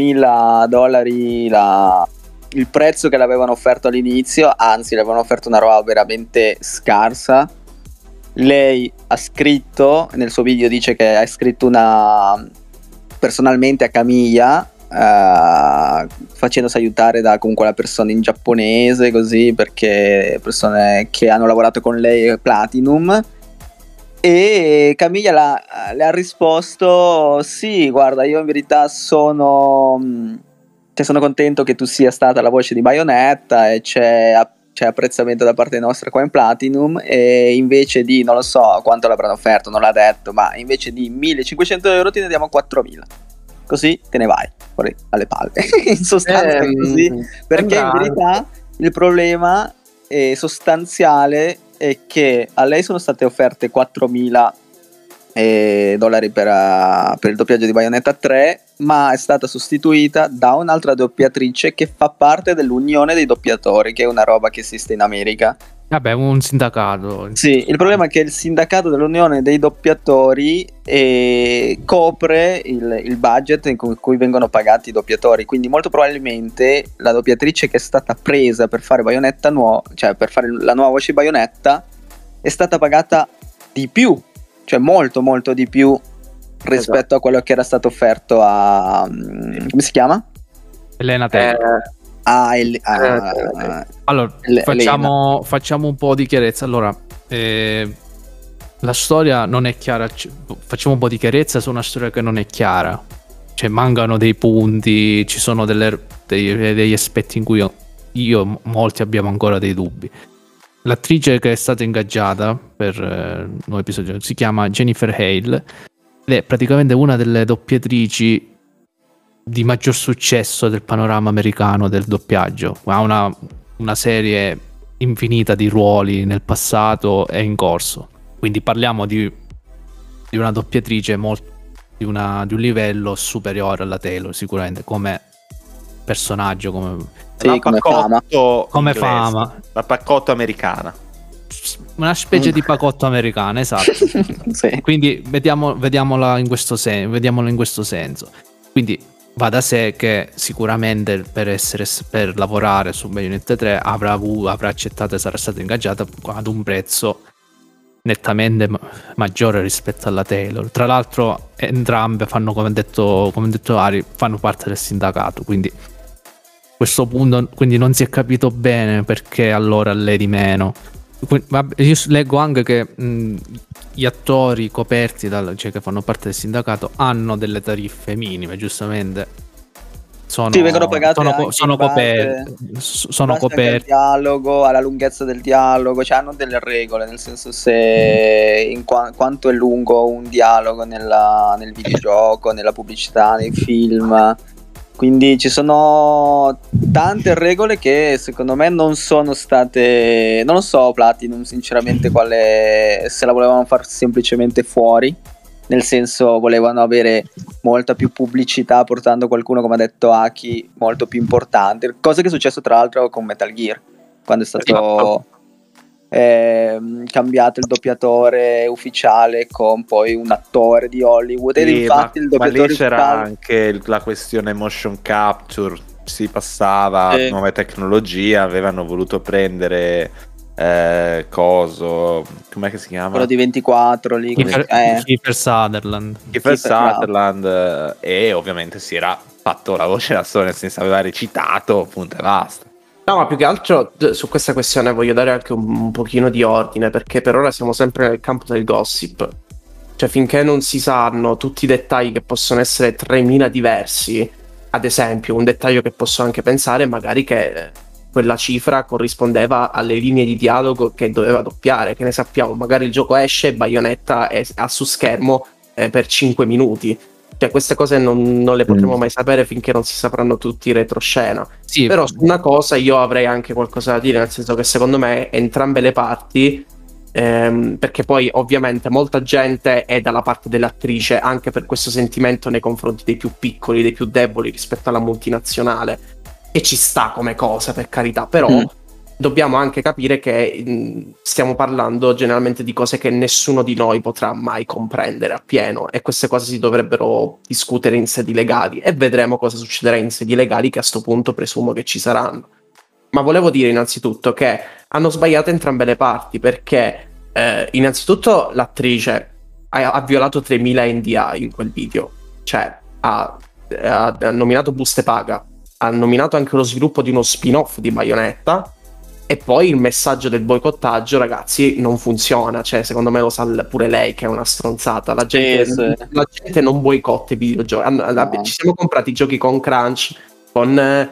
$4.000 il prezzo che l'avevano offerto all'inizio, anzi le avevano offerto una roba veramente scarsa. Lei ha scritto nel suo video, dice che ha scritto personalmente a Kamiya, facendosi aiutare da comunque la persona in giapponese, così, perché persone che hanno lavorato con lei Platinum. E Kamiya le ha risposto: sì, guarda, io in verità sono contento che tu sia stata la voce di Bayonetta e c'è apprezzamento da parte nostra qua in Platinum, e invece di, non lo so quanto l'avranno offerto, non l'ha detto, ma invece di 1.500 euro te ne diamo 4.000, così te ne vai fuori alle palle. In sostanza è così, perché in verità il problema sostanziale è che a lei sono state offerte $4.000 per il doppiaggio di Bayonetta 3, ma è stata sostituita da un'altra doppiatrice che fa parte dell'Unione dei doppiatori, che è una roba che esiste in America. Vabbè, un sindacato. Sì, il problema è che il sindacato dell'Unione dei doppiatori copre il budget in cui vengono pagati i doppiatori, quindi molto probabilmente la doppiatrice che è stata presa per fare Bayonetta cioè per fare la nuova voce di Bayonetta, è stata pagata di più, cioè molto molto di più rispetto a quello che era stato offerto a come si chiama? Elena Taylor. Allora, facciamo un po' di chiarezza. Allora, la storia non è chiara. Facciamo un po' di chiarezza su una storia che non è chiara. Cioè, mancano dei punti, ci sono degli aspetti in cui molti abbiamo ancora dei dubbi. L'attrice che è stata ingaggiata per il nuovo episodio si chiama Jennifer Hale ed è praticamente una delle doppiatrici di maggior successo del panorama americano del doppiaggio. Ha una serie infinita di ruoli nel passato e in corso, quindi parliamo di una doppiatrice di un livello superiore alla Taylor, sicuramente come personaggio, come fama, la paccotto americana, una specie di pacotto americana, esatto. Sì. Quindi vediamola in questo senso. Quindi va da sé che sicuramente per lavorare su Bayonetta 3 avrà accettato e sarà stata ingaggiata ad un prezzo nettamente maggiore rispetto alla Taylor. Tra l'altro entrambe fanno, come ha detto Ari, fanno parte del sindacato, quindi a questo punto non si è capito bene perché allora lei di meno. Io leggo anche che gli attori coperti cioè che fanno parte del sindacato hanno delle tariffe minime, giustamente vengono pagati sono coperti al dialogo, alla lunghezza del dialogo, cioè hanno delle regole, nel senso se quanto è lungo un dialogo nel videogioco, nella pubblicità, nei film. Quindi ci sono tante regole che secondo me non sono state, non lo so Platinum sinceramente se la volevano far semplicemente fuori, nel senso volevano avere molta più pubblicità portando qualcuno, come ha detto Aki, molto più importante, cosa che è successo tra l'altro con Metal Gear, quando è stato cambiato il doppiatore ufficiale con poi un attore di Hollywood, ed infatti il doppiatore ma lì c'era anche la questione motion capture, si passava a nuove tecnologie, avevano voluto prendere com'è che si chiama? Quello di 24 lì, Kiefer Sutherland, e ovviamente si era fatto la voce da solo, nel senso aveva recitato, punto e basta. No, ma più che altro su questa questione voglio dare anche un pochino di ordine, perché per ora siamo sempre nel campo del gossip. Cioè, finché non si sanno tutti i dettagli, che possono essere 3.000 diversi, ad esempio, un dettaglio che posso anche pensare è magari che quella cifra corrispondeva alle linee di dialogo che doveva doppiare, che ne sappiamo, magari il gioco esce e Bayonetta ha su schermo per 5 minuti. Cioè, queste cose non le potremo mai sapere finché non si sapranno tutti i retroscena. Sì, Però su una cosa io avrei anche qualcosa da dire, nel senso che secondo me entrambe le parti, perché poi ovviamente molta gente è dalla parte dell'attrice anche per questo sentimento nei confronti dei più piccoli, dei più deboli rispetto alla multinazionale, e ci sta come cosa, per carità, però dobbiamo anche capire che stiamo parlando generalmente di cose che nessuno di noi potrà mai comprendere appieno, e queste cose si dovrebbero discutere in sedi legali, e vedremo cosa succederà in sedi legali, che a sto punto presumo che ci saranno. Ma volevo dire innanzitutto che hanno sbagliato entrambe le parti, perché innanzitutto l'attrice ha violato 3000 NDA in quel video, cioè ha nominato buste paga, ha nominato anche lo sviluppo di uno spin-off di Bayonetta, e poi il messaggio del boicottaggio, ragazzi, non funziona. Cioè, secondo me lo sa pure lei che è una stronzata. La gente, la gente non boicotta i videogiochi. Ci siamo comprati i giochi con crunch, con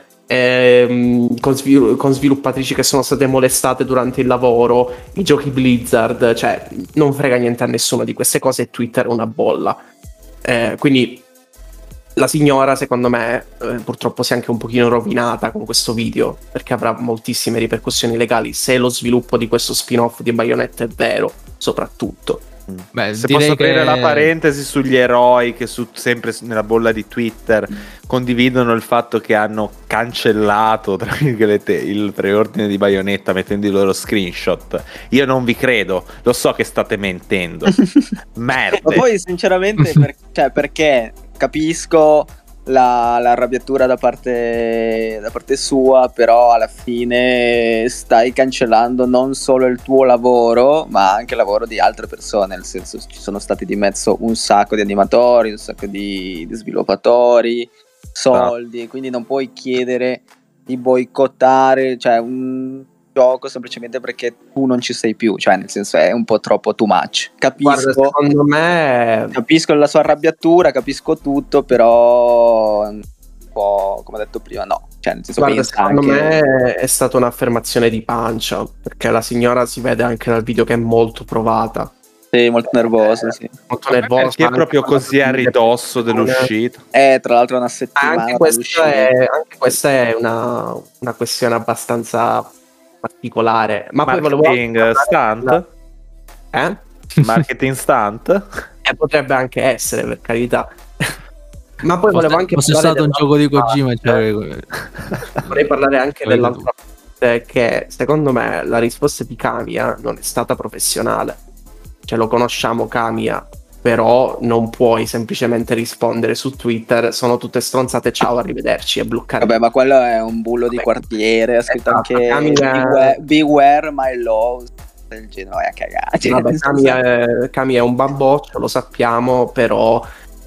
sviluppatrici che sono state molestate durante il lavoro, i giochi Blizzard. Cioè, non frega niente a nessuno di queste cose, e Twitter è una bolla. Quindi la signora, secondo me, purtroppo si è anche un pochino rovinata con questo video, perché avrà moltissime ripercussioni legali se lo sviluppo di questo spin-off di Bayonetta è vero, soprattutto. Beh, se posso aprire la parentesi sugli eroi che sempre nella bolla di Twitter condividono il fatto che hanno cancellato, tra virgolette, il preordine di Bayonetta mettendo i loro screenshot, io non vi credo, lo so che state mentendo. Merda. Ma poi sinceramente perché capisco la arrabbiatura da parte sua, però alla fine stai cancellando non solo il tuo lavoro ma anche il lavoro di altre persone, nel senso ci sono stati di mezzo un sacco di animatori, un sacco di sviluppatori, soldi, quindi non puoi chiedere di boicottare, cioè, un gioco semplicemente perché tu non ci sei più, cioè nel senso è un po' troppo too much. Guarda, secondo me capisco la sua arrabbiatura, capisco tutto, però un po' come ho detto prima, no, cioè nel senso, guarda, secondo me è stata un'affermazione di pancia, perché la signora si vede anche dal video che è molto provata. Sì, molto nervosa, sì. Molto nervosa. Perché è proprio così a ridosso dell'uscita. Tra l'altro una settimana. Anche questa è una questione abbastanza particolare. Ma marketing poi stunt? Marketing stunt? Potrebbe anche essere, per carità. Ma poi volevo anche fosse stato un gioco di Kojima, vorrei parlare anche dell'altra parte, che secondo me la risposta di Kamiya non è stata professionale. Cioè, lo conosciamo Kamiya, però non puoi semplicemente rispondere su Twitter sono tutte stronzate, ciao, arrivederci, e bloccare. Vabbè, ma quello è un bullo di quartiere, ha scritto anche Beware my love, del genere, a cagare. Vabbè, Kamiya è un bamboccio, lo sappiamo, però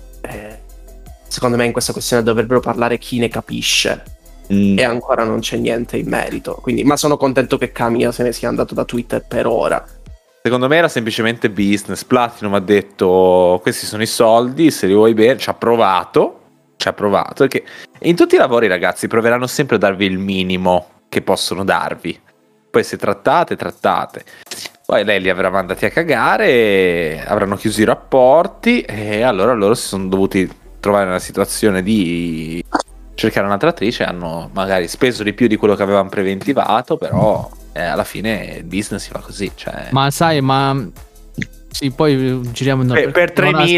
secondo me in questa questione dovrebbero parlare chi ne capisce, e ancora non c'è niente in merito, quindi, ma sono contento che Kamiya se ne sia andato da Twitter per ora. Secondo me era semplicemente business. Platinum ha detto questi sono i soldi, se li vuoi bere, ci ha provato, perché in tutti i lavori, ragazzi, proveranno sempre a darvi il minimo che possono darvi, poi se trattate, poi lei li avrà mandati a cagare, avranno chiuso i rapporti, e allora loro si sono dovuti trovare nella situazione di cercare un'altra attrice, hanno magari speso di più di quello che avevano preventivato, però alla fine il business si fa così, cioè. Ma sai, sì, poi giriamo per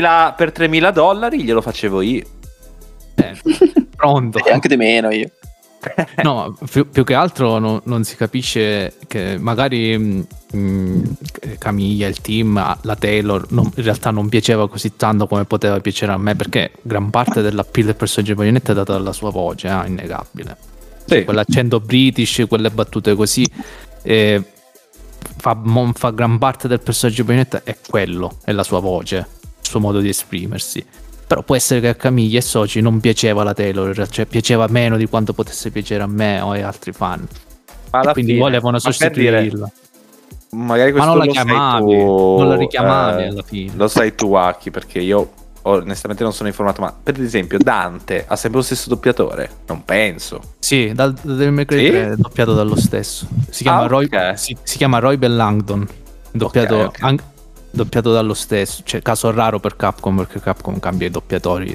$3.000 glielo facevo io. Pronto. E anche di meno io. No, più che altro non si capisce che magari Camilla, il team, la Taylor in realtà non piaceva così tanto come poteva piacere a me, perché gran parte dell'appeal del personaggio di Bayonetta è data dalla sua voce, innegabile. Sì. Quell'accento british, quelle battute così, fa gran parte del personaggio di Bayonetta, è quello, è la sua voce, il suo modo di esprimersi. Però può essere che a Camilla e Soci non piaceva la Taylor, cioè piaceva meno di quanto potesse piacere a me o agli altri fan, e quindi volevano sostituirla. Magari questo ma non la chiamavi, non la richiamavi alla fine. Lo sai tu, Aki, perché io onestamente non sono informato, ma per esempio Dante ha sempre lo stesso doppiatore? Non penso. Sì, dal Devil May Cry 3 è doppiato dallo stesso. Si chiama Roy Bellangton, doppiato doppiato dallo stesso, cioè caso raro per Capcom, perché Capcom cambia i doppiatori.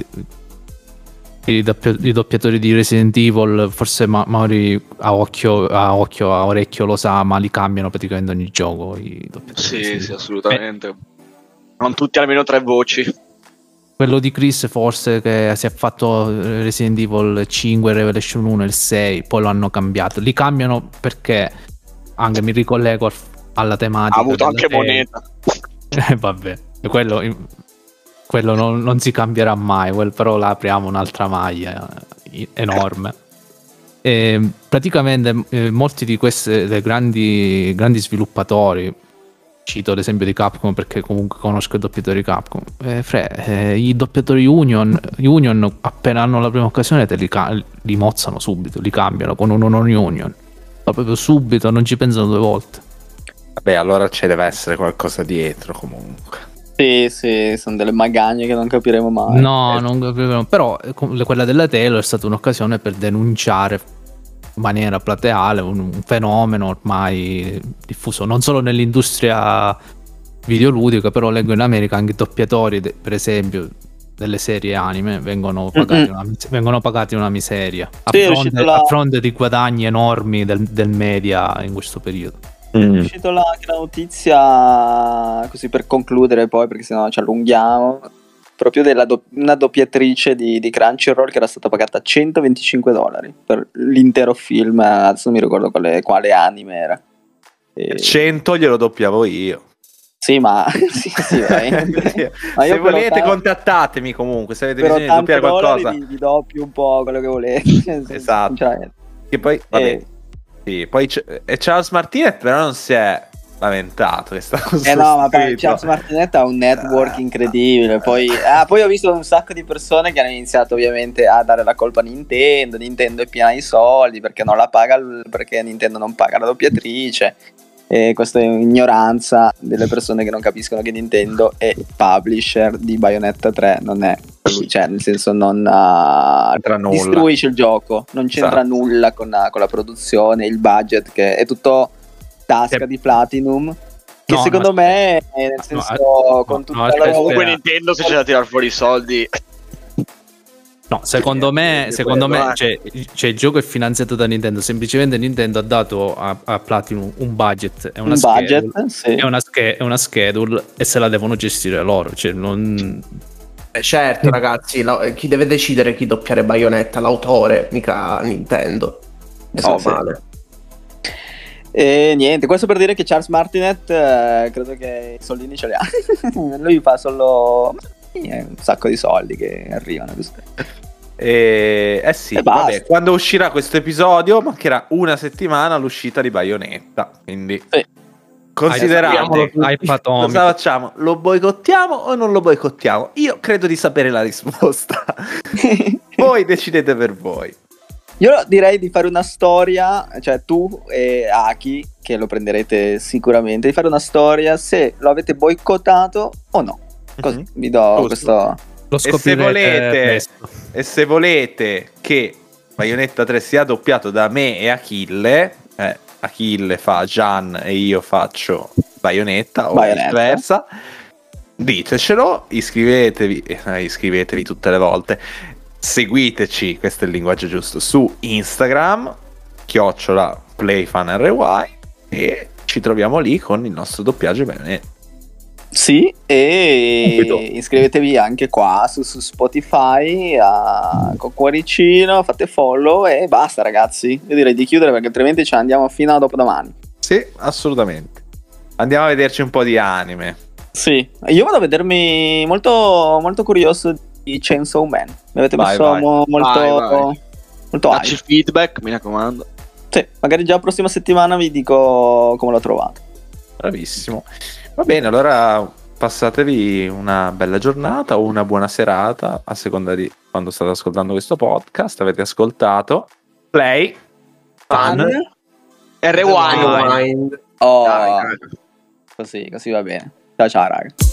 I doppiatori di Resident Evil, forse Mauri a orecchio lo sa, ma li cambiano praticamente ogni gioco i doppiatori. Sì, assolutamente. Non tutti almeno 3 voci. Quello di Chris forse, che si è fatto Resident Evil 5, Revelation 1 e il 6, poi lo hanno cambiato. Li cambiano perché, anche mi ricollego alla tematica, Ha avuto anche moneta. vabbè, quello non si cambierà mai, però là apriamo un'altra maglia enorme. Praticamente molti di questi dei grandi sviluppatori, cito l'esempio di Capcom perché comunque conosco i doppiatori Capcom, i doppiatori Union appena hanno la prima occasione li mozzano subito, li cambiano con un non Union, ma proprio subito, non ci pensano 2 volte. Vabbè, allora ci deve essere qualcosa dietro comunque. Sì, sono delle magagne che non capiremo mai. No, non capiremo. Però quella della Taylor è stata un'occasione per denunciare in maniera plateale un fenomeno ormai diffuso non solo nell'industria videoludica, però leggo in America anche i doppiatori, per esempio, delle serie anime vengono pagati una miseria a fronte di guadagni enormi del media in questo periodo. È uscita anche la notizia, così per concludere poi, perché sennò ci allunghiamo, proprio una doppiatrice di Crunchyroll che era stata pagata $125 per l'intero film. Adesso non mi ricordo quale anime era. 100 glielo doppiavo io. Sì, ma sì, ma se volete contattatemi comunque, se avete bisogno di doppiare qualcosa. Vi doppio un po' quello che volete. Esatto. Che poi vabbè. Sì, poi Charles Martinet però non si è lamentato che sta no, ma Charles Martinet ha un network incredibile. Poi ho visto un sacco di persone che hanno iniziato ovviamente a dare la colpa a Nintendo è piena di soldi perché non la paga, perché Nintendo non paga la doppiatrice. E questa è ignoranza delle persone che non capiscono che Nintendo è publisher di Bayonetta 3, non è lui, cioè nel senso non distribuisce il gioco, non c'entra nulla con la produzione, il budget che è tutto tasca di Platinum, che no, secondo me nel senso con tutta la comunque Nintendo se c'è da tirare fuori i soldi. No, secondo me cioè, il gioco è finanziato da Nintendo, semplicemente Nintendo ha dato a Platinum un budget e una schedule, sì. è una schedule e se la devono gestire loro, cioè non... Certo ragazzi, chi deve decidere chi doppiare Bayonetta? L'autore, mica Nintendo. Male. E niente, questo per dire che Charles Martinet credo che i soldini ce li ha. Lui fa solo un sacco di soldi che arrivano. Sì, vabbè, quando uscirà questo episodio mancherà una settimana all'uscita di Bayonetta, quindi considerate cosa facciamo? Lo boicottiamo o non lo boicottiamo? Io credo di sapere la risposta. Voi decidete per voi. Io direi di fare una storia, cioè tu e Aki, che lo prenderete sicuramente, di fare una storia se lo avete boicottato o no. Così vi do questo. Lo scoprirete e se volete che Bayonetta 3 sia doppiato da me e Achille, Achille fa Gian e io faccio Bayonetta o viceversa, ditecelo, iscrivetevi tutte le volte, seguiteci, questo è il linguaggio giusto, su Instagram @playfanry e ci troviamo lì con il nostro doppiaggio Bayonetta. Sì, e iscrivetevi anche qua su Spotify con cuoricino, fate follow e basta ragazzi. Io direi di chiudere perché altrimenti ci andiamo fino a dopodomani. Sì, assolutamente. Andiamo a vederci un po' di anime. Sì, io vado a vedermi molto, molto curioso di Chainsaw Man. Mi avete messo molto Dacci feedback, mi raccomando. Sì, magari già la prossima settimana vi dico come l'ho trovato. Bravissimo. Va bene, allora passatevi una bella giornata o una buona serata a seconda di quando state ascoltando questo podcast. Avete ascoltato Play Fan e Rewind. Così va bene. Ciao raga.